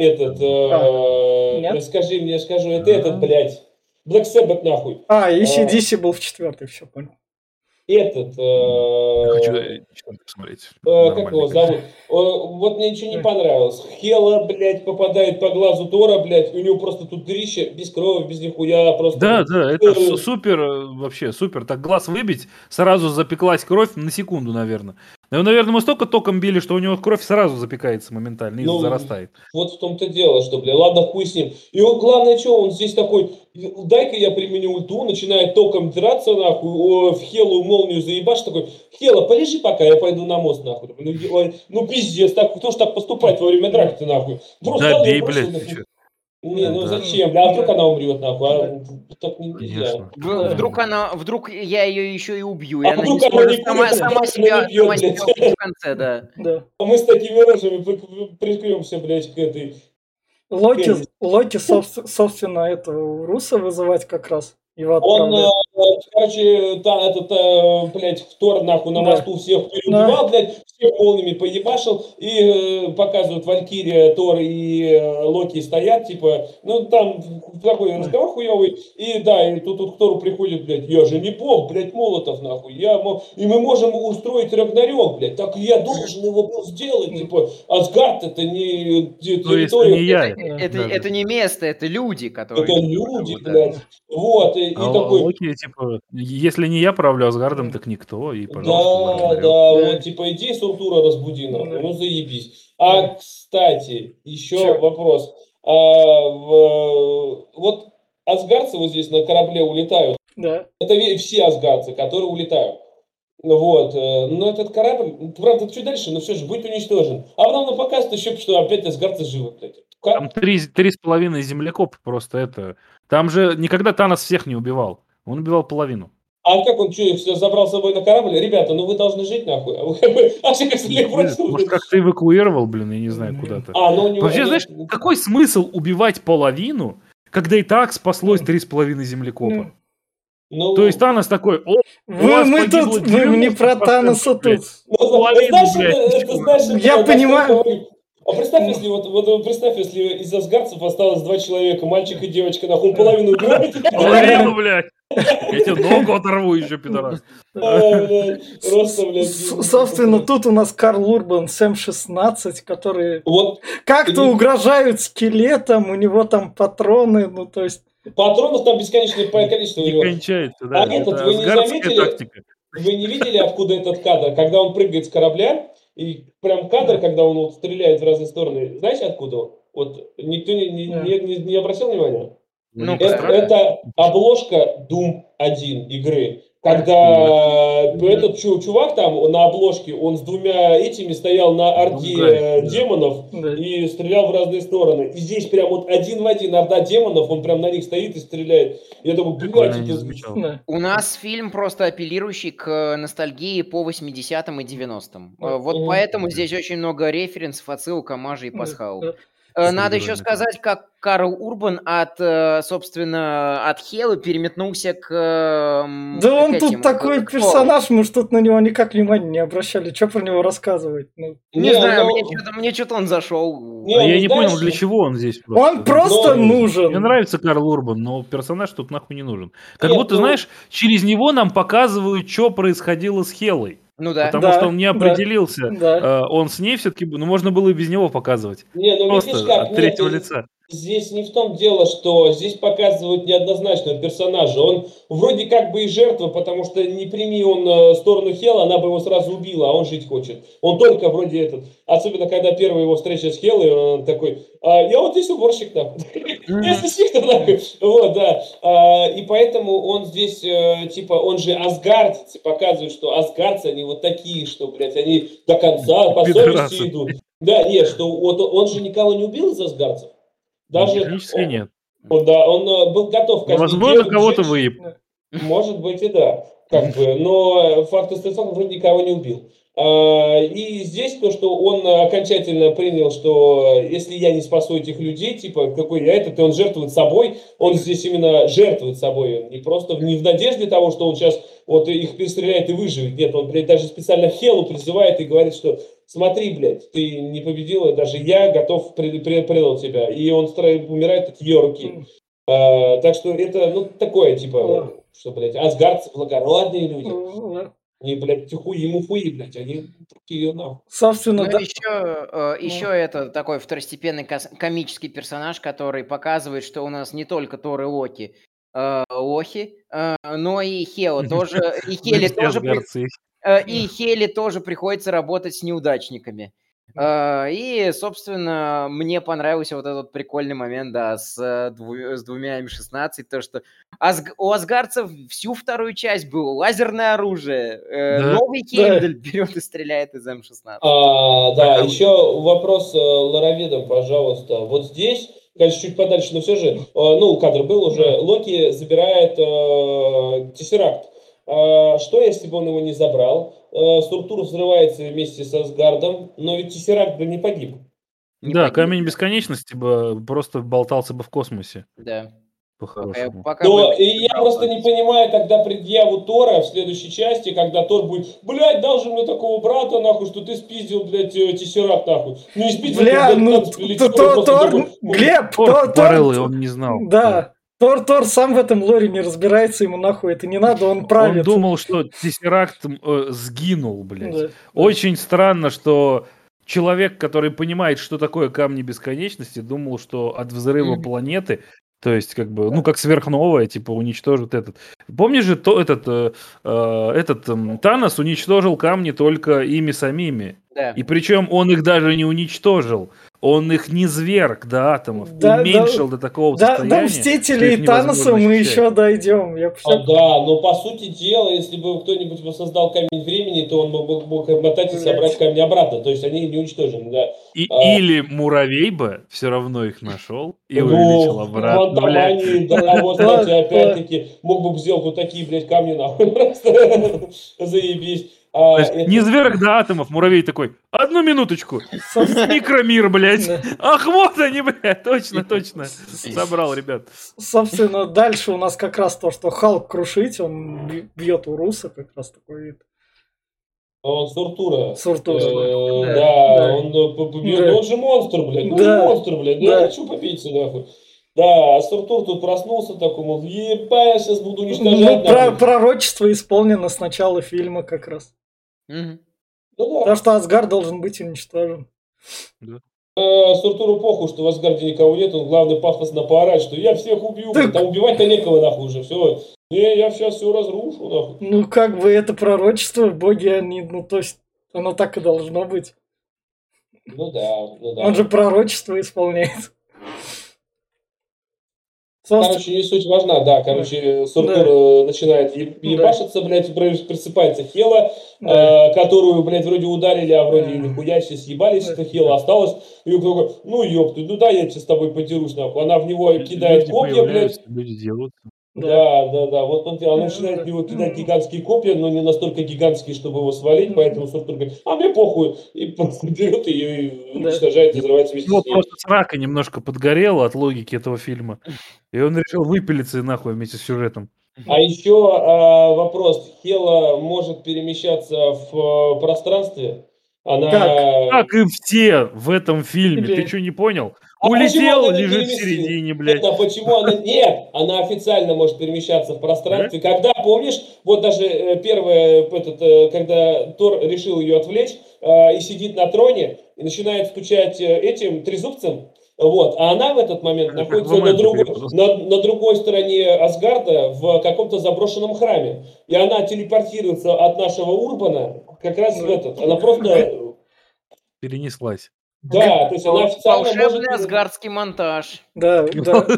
этот, скажи мне, это этот, блядь, Black Sabbath, нахуй. AC/DC был в 4-й, все понял. Этот... Хочу посмотреть. Как его зовут? Вот мне ничего не понравилось. Хела, блядь, попадает по глазу Тора, блядь, у него просто тут дырище, без крови, без нихуя, просто... Да, это супер, вообще супер. Так глаз выбить, сразу запеклась кровь на секунду, наверное. Его, наверное, мы столько током били, что у него кровь сразу запекается моментально и зарастает. Вот в том-то дело, что, бля, ладно, хуй с ним. И он, главное, что, он здесь такой, дай-ка я применю ульту, начинает током драться, нахуй, в Хелу молнию заебашь, такой, Хела, полежи пока, я пойду на мост, нахуй. Ну, пиздец, кто ж так поступает во время драки-то, нахуй? Да, бей, блядь, ты что? Не, ну зачем? Бля, а вдруг она умрет, нахуй? Так нельзя. Вдруг я ее еще и убью. А вдруг она не сама себя в конце, да. А мы с такими рожами прикремся, блядь, к этой... Локи, собственно, это Руса вызывать как раз. Он, короче, блядь, Тор, нахуй, на мосту всех переубивал, блядь, всех молниями поебашил, и показывают Валькирия, Тор и Локи стоят, типа, ну, там такой разговор хуёвый, и да, и тут к Тору приходит, блядь, я же не бог, блядь, Молотов, нахуй, и мы можем устроить Рагнарёк, блядь, так я должен его был сделать, типа, Асгард это не территория. Это не место, это люди, которые... Это люди, блядь, вот, и такой... Локи, типа, если не я правлю Асгардом, так никто, и, пожалуйста. Да, вот, типа, иди Суртура разбуди, ну заебись. Кстати, еще вопрос. Вот асгардцы вот здесь на корабле улетают. Да. Это все асгардцы, которые улетают. Вот, но этот корабль, правда, чуть дальше, но все же будет уничтожен. А потом показывает еще, что опять асгардцы живы, блядь. Там 3,5 землекопа просто это... Там же никогда Танос всех не убивал. Он убивал половину. А как он что, забрал с собой на корабль? Ребята, ну вы должны жить нахуй. Может, как-то эвакуировал, блин, я не знаю, куда-то. Вообще, знаешь, какой смысл убивать половину, когда и так спаслось 3,5 землекопа? То есть Танос такой, мы тут не про Таноса тут. Я понимаю. А представь, если если из асгардцев осталось 2 человека, мальчик и девочка, нахуй, он половину убивает. Половину, блядь. Я тебе ногу оторву еще, пидорас. Просто, блядь. Собственно, тут у нас Карл Урбан с М16, которые как-то угрожают скелетам, у него там патроны, ну то есть... Патронов там бесконечное количество. Не кончается, да. А этот, вы не заметили? Вы не видели, откуда этот кадр? Когда он прыгает с корабля, и прям кадр, когда он вот стреляет в разные стороны, знаете откуда? Вот никто не обратил внимания? Это обложка Doom 1 игры. Когда этот чувак там на обложке, он с двумя этими стоял на орде демонов и стрелял в разные стороны. И здесь прям вот один в один орда демонов, он прям на них стоит и стреляет. Я думаю, блядь, это... У нас фильм просто апеллирующий к ностальгии по 80-м и 90-м. Вот поэтому здесь очень много референсов, отсылок, омажей и пасхалок. Надо еще сказать, как Карл Урбан собственно, от Хелы переметнулся к... Да он тут такой персонаж, мы что-то на него никак внимания не обращали. Что про него рассказывать? Не знаю, мне что-то он зашел. Я не понял, для чего он здесь. Он просто нужен. Мне нравится Карл Урбан, но персонаж тут нахуй не нужен. Как будто, знаешь, через него нам показывают, что происходило с Хелой. Ну да. Потому что он не определился. Он с ней все-таки, можно было и без него показывать. Просто от третьего лица. Здесь не в том дело, что здесь показывают неоднозначного персонажа. Он вроде как бы и жертва, потому что не прими он сторону Хела, она бы его сразу убила, а он жить хочет. Он только вроде этот. Особенно, когда первая его встреча с Хелой, он такой, я вот здесь уборщик там. Если сих-то нахуй. Вот, да. И поэтому он здесь, типа, он же асгардцы, показывает, что асгардцы, они вот такие, что, блядь, они до конца по совести идут. Да, нет, что вот он же никого не убил из асгардцев. Даже нет. Да, он был готов каждый день. Возможно, кого-то выеб. Может быть и да. Как бы, но факт остается, он вроде никого не убил. И здесь то, что он окончательно принял, что если я не спасу этих людей, типа, какой я этот, и он жертвует собой, он здесь именно жертвует собой. Он не просто не в надежде того, что он сейчас вот их перестреляет и выживет. Нет, он, блядь, даже специально Хелу призывает и говорит, что смотри, блядь, ты не победила, даже я готов предал тебя. И он умирает от ее руки. Так что это, ну, такое, типа, что, блядь, асгардцы благородные люди. Они, блядь, ему хуи, блядь, они такие, нахуй. Собственно, да. Еще это такой второстепенный комический персонаж, который показывает, что у нас не только Тор и Локи лохи, но и Хела тоже, и Хеле тоже приходится работать с неудачниками. И, собственно, мне понравился вот этот прикольный момент, да, с двумя М16, то, что у асгардцев всю вторую часть было лазерное оружие, новый Хеймдаль берет и стреляет из М16. Да, еще вопрос лороведам, пожалуйста. Вот здесь, конечно, чуть подальше, но все же, ну, кадр был уже, Локи забирает Тессеракт. Что, если бы он его не забрал? Суртур взрывается вместе с Асгардом, но ведь Тессеракт бы не погиб. Да, камень бесконечности бы просто болтался бы в космосе. Да. По-хорошему. Но я просто не понимаю тогда предъяву Тора в следующей части, когда Тор будет, блядь, дал же мне такого брата, нахуй, что ты спиздил, блядь, Тессеракт, нахуй. Ну не спиздил, блядь, ну, Глеб, Тор, он не знал. Да. Тор сам в этом лоре не разбирается, ему нахуй это не надо, он правит. Он думал, что Тессеракт сгинул, блядь. Да. Очень странно, что человек, который понимает, что такое камни бесконечности, думал, что от взрыва планеты, то есть, как бы, ну, как сверхновая, типа, уничтожит этот. Помнишь же, Танос уничтожил камни только ими самими. Да. И причем он их даже не уничтожил. Он их не зверг до атомов, уменьшил до такого состояния. До Мстителей и Таноса мы еще дойдем. Да, но по сути дела, если бы кто-нибудь воссоздал камень времени, то он мог мотать и собрать камни обратно. То есть они не уничтожены, да. Или муравей бы все равно их нашел и увеличил обратно. Да, вот, кстати, опять-таки, мог бы сделать вот такие, блядь, камни, нахуй. Просто заебись. Не зверг до атомов, муравей такой, одну минуточку, микромир, блядь. Ах, вот они, блядь, точно. Собрал, ребят. Собственно, дальше у нас как раз то, что Халк крушить, он бьет у Руса, как раз такой вид. Он Суртура. Да, он побьет, он же монстр, блядь. Я хочу побиться, нахуй. Да, Суртур тут проснулся такой, мол, ебать, я сейчас буду уничтожать. Пророчество исполнено с начала фильма как раз. Потому что Асгард должен быть уничтожен. Суртуру похуй, что в Асгарде никого нет, он главное пафосно поорать, что я всех убью, там убивать-то некого, нахуй, уже, все. Я сейчас все разрушу, нахуй. Ну, как бы это пророчество, боги, они, ну, то есть, оно так и должно быть. Ну да. Он же пророчество исполняет. Короче, не суть важна, да. Короче, Суртур начинает ебашиться, блядь, присыпается Хела, которую, блядь, вроде ударили, а вроде нихуя себе съебались, что Хела осталась. И он такой, ну ёпты, ну да, я сейчас с тобой подерусь, нахуй. Она в него кидает копья, блядь. Люди делаются. Да. Вот она начинает в него кидать гигантские копья, но не настолько гигантские, чтобы его свалить, поэтому Суртур говорит, а мне похуй, и просто берет ее и уничтожает, и взрывается вместе с ней. Просто срака немножко подгорела от логики этого фильма, и он решил выпилиться и нахуй вместе с сюжетом. А еще вопрос, Хела может перемещаться в пространстве? Она... Как и все в этом фильме, ты что, не понял? Улетел, лежит в середине, блядь. Нет, почему она... Нет, она официально может перемещаться в пространстве. Когда, помнишь, вот даже первое, когда Тор решил ее отвлечь, и сидит на троне, и начинает стучать этим трезубцем, вот, а она в этот момент находится на другой стороне Асгарда в каком-то заброшенном храме. И она телепортируется от нашего Урбана как раз в этот. Она просто... Перенеслась. Да, то есть она официально волшебный асгардский монтаж. Да.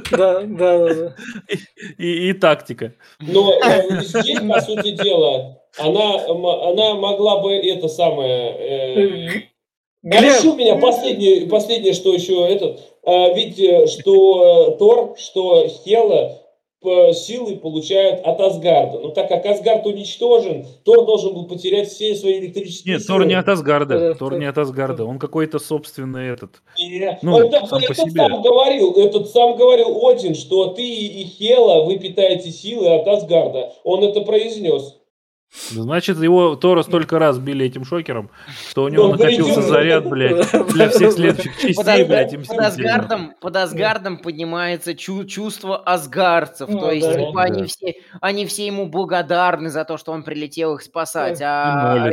И тактика. Но здесь, по сути дела, она могла бы это самое... Решил меня последнее, что еще ведь что Тор, что Хела силы получают от Асгарда. Но так как Асгард уничтожен, Тор должен был потерять все свои электрические силы. Нет, Тор не от Асгарда. Тор не от Асгарда. Он какой-то собственный этот. Сам говорил Один, что ты и Хела, вы питаете силы от Асгарда. Он это произнес. Значит, его Тора столько раз били этим шокером, что у него накопился заряд, блядь, для всех следующих частей, блядь. Под Асгардом поднимается чувство асгардцев. То есть, типа, они все ему благодарны за то, что он прилетел их спасать. А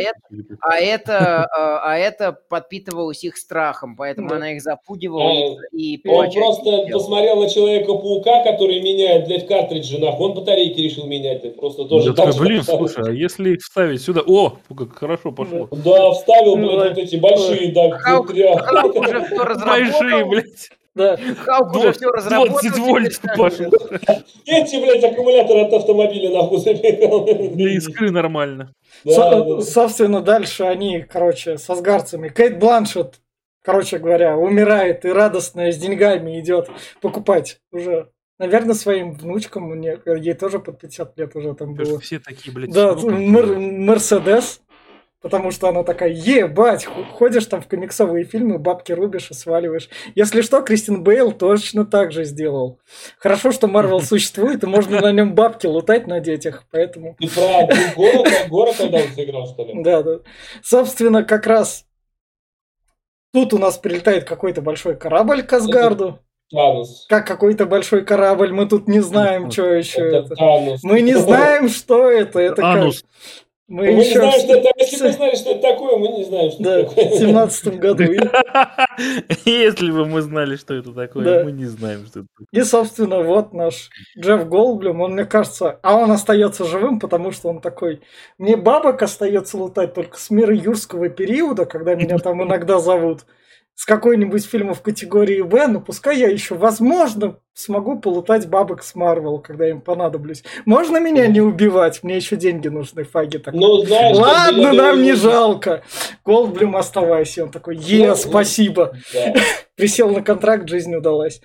это подпитывалось их страхом, поэтому она их запугивала и он просто посмотрел на Человека-паука, который меняет, блядь, картриджи, нахуй. Он батарейки решил менять, блядь, просто тоже. Блин, слушай, а если их вставить сюда... О, как хорошо пошло. Да, вставил, блядь, вот эти большие, да, Халк уже все разработал. Большие, блядь. Да. Халк уже все разработал. 20 вольт пошел. Эти, блядь, аккумуляторы от автомобиля, нахуй, забегал. Для искры нормально. Собственно, дальше они, короче, с асгардцами. Кейт Бланшетт, короче говоря, умирает и радостная с деньгами идет покупать уже... Наверное, своим внучкам, ей тоже под 50 лет уже там было. Все такие, блядь. Да, Мерседес, потому что она такая, ебать, ходишь там в комиксовые фильмы, бабки рубишь и сваливаешь. Если что, Кристин Бейл точно так же сделал. Хорошо, что Марвел существует, и можно на нем бабки лутать на детях, поэтому... Ты про город когда он сыграл, что ли? Да. Собственно, как раз тут у нас прилетает какой-то большой корабль к Асгарду. Танос. Как какой-то большой корабль, мы тут не знаем, что еще это. Мы не знаем, что это. Это Анус. Мы не знаем, что это. Если мы знали, что это такое, мы не знаем, что это такое. В 17 году. Если бы мы знали, что это такое, мы не знаем, что это такое. И, собственно, вот наш Джефф Голдблюм, он, мне кажется, он остается живым, потому что он такой, мне бабок остается лутать только с мира юрского периода, когда меня там иногда зовут. С какой-нибудь фильма в категории В, но пускай я еще, возможно, смогу полутать бабок с Марвел, когда им понадоблюсь. Можно меня не убивать? Мне еще деньги нужны, фаги такой. Знаешь, ладно, нам не жалко. Голдблюм, оставайся. Он такой, спасибо. Да. Присел на контракт, жизнь удалась.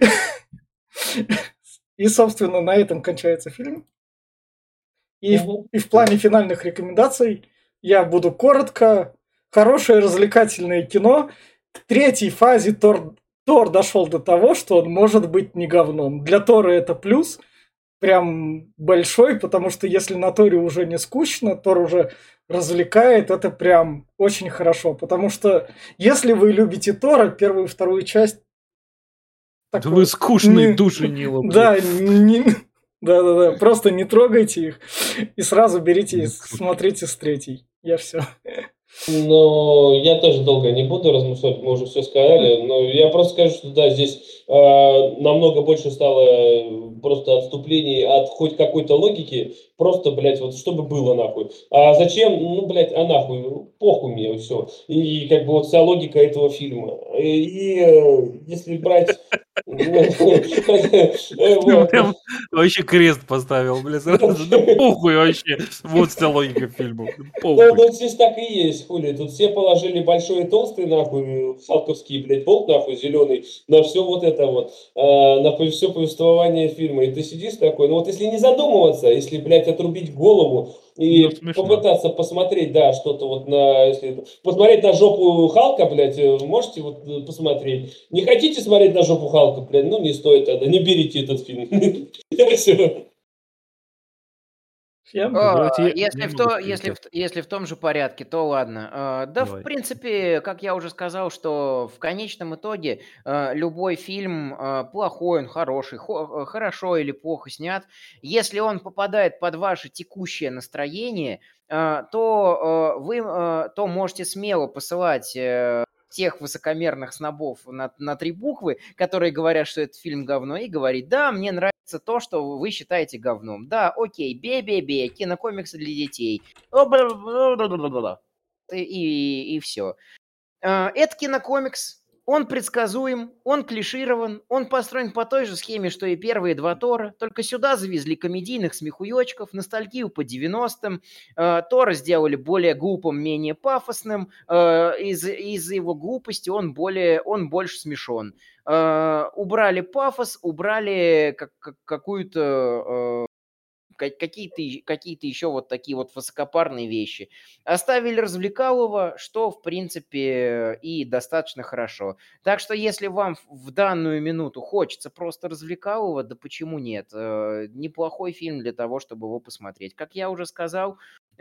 И, собственно, на этом кончается фильм. И в плане финальных рекомендаций я буду коротко. Хорошее развлекательное кино. К третьей фазе Тор дошел до того, что он может быть не говном. Для Тора это плюс прям большой, потому что если на Торе уже не скучно, Тор уже развлекает, это прям очень хорошо. Потому что если вы любите Тора, первую и вторую часть... Вы скучные души не лопните. Да, просто не трогайте их и сразу берите и смотрите с третьей. Я все. Но я тоже долго не буду размышлять, мы уже все сказали, но я просто скажу, что да, здесь намного больше стало просто отступлений от хоть какой-то логики, просто, блядь, вот чтобы было нахуй. А зачем? Ну, блядь, нахуй, похуй мне, все. И как бы вот вся логика этого фильма. И если брать Прям вообще крест поставил, бля, сразу. Да похуй вообще. Вот вся логика фильма. Ну, здесь так и есть, хули. Тут все положили большой и толстый, нахуй, халковский, блядь, болт, нахуй, зеленый, на все вот это вот, на все повествование фильма. И ты сидишь такой, ну вот если не задумываться, если, блядь, отрубить голову и попытаться посмотреть, да, что-то вот на, если посмотреть на жопу Халка, блядь, можете вот посмотреть. Не хотите смотреть на жопу Халка, блядь, ну не стоит тогда, не берите этот фильм. Все. Если в том же порядке, то ладно. Да, в принципе, как я уже сказал, что в конечном итоге любой фильм плохой, он хороший, хорошо или плохо снят, если он попадает под ваше текущее настроение, то вы можете смело посылать тех высокомерных снобов на 3 буквы, которые говорят, что этот фильм говно, и говорить: да, мне нравится то, что вы считаете говном. Да, окей, бе-бе-бе, кинокомиксы для детей. И все. Это кинокомикс. Он предсказуем, он клиширован, он построен по той же схеме, что и первые 2 Тора, только сюда завезли комедийных смехуёчков, ностальгию по 90-м. Тора сделали более глупым, менее пафосным. Из-за его глупости он больше смешон. Убрали пафос, убрали какую-то какие-то еще вот такие вот высокопарные вещи. Оставили развлекалово, что, в принципе, и достаточно хорошо. Так что, если вам в данную минуту хочется просто развлекалого, да почему нет? Неплохой фильм для того, чтобы его посмотреть. Как я уже сказал,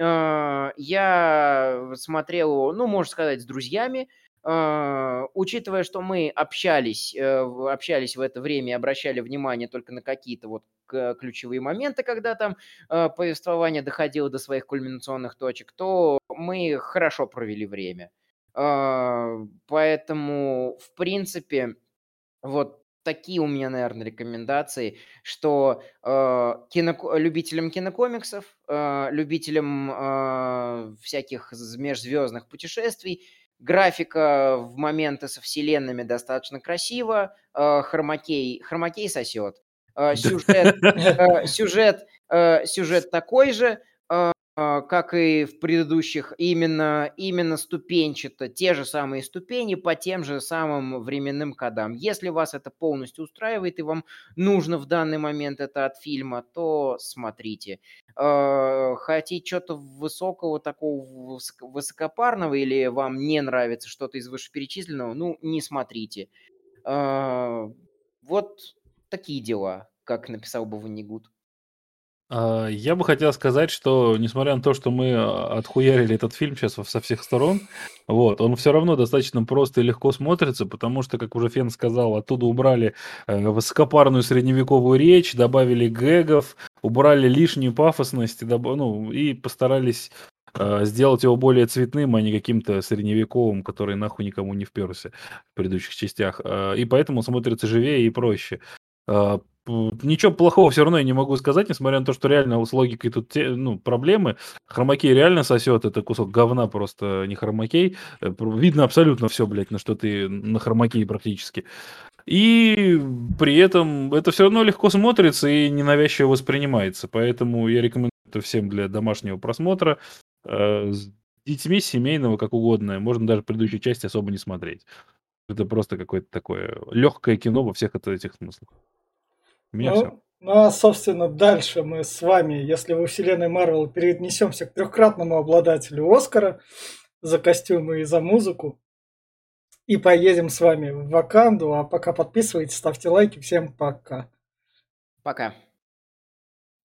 я смотрел его, ну, можно сказать, с друзьями. Учитывая, что мы общались в это время и обращали внимание только на какие-то вот ключевые моменты, когда там повествование доходило до своих кульминационных точек, то мы хорошо провели время. Поэтому, в принципе, вот такие у меня, наверное, рекомендации, что любителям кинокомиксов, любителям всяких межзвездных путешествий, графика в моменты со вселенными достаточно красиво, хромакей сосет. Сюжет такой же, как и в предыдущих, именно ступенчато, те же самые ступени по тем же самым временным кодам. Если вас это полностью устраивает и вам нужно в данный момент это от фильма, то смотрите. Хотите что-то высокого, такого высокопарного, или вам не нравится что-то из вышеперечисленного, ну, не смотрите. Вот такие дела, как написал бы Ваннигут. Я бы хотел сказать, что несмотря на то, что мы отхуярили этот фильм сейчас со всех сторон, вот, он все равно достаточно просто и легко смотрится, потому что, как уже Фен сказал, оттуда убрали высокопарную средневековую речь, добавили гэгов, убрали лишнюю пафосность, и постарались сделать его более цветным, а не каким-то средневековым, который нахуй никому не вперся в предыдущих частях. И поэтому смотрится живее и проще. Ничего плохого все равно я не могу сказать, несмотря на то, что реально с логикой тут проблемы. Хромакей реально сосет, это кусок говна просто, не хромакей. Видно абсолютно все, блядь, на что ты на хромакее практически. И при этом это все равно легко смотрится и ненавязчиво воспринимается. Поэтому я рекомендую это всем для домашнего просмотра. С детьми, семейного, как угодно. Можно даже предыдущую часть особо не смотреть. Это просто какое-то такое легкое кино во всех этих смыслах. У меня все. Ну, собственно, дальше мы с вами, если во вселенной Марвел, перенесемся к 3-кратному обладателю Оскара за костюмы и за музыку. И поедем с вами в Ваканду. А пока подписывайтесь, ставьте лайки. Всем пока. Пока.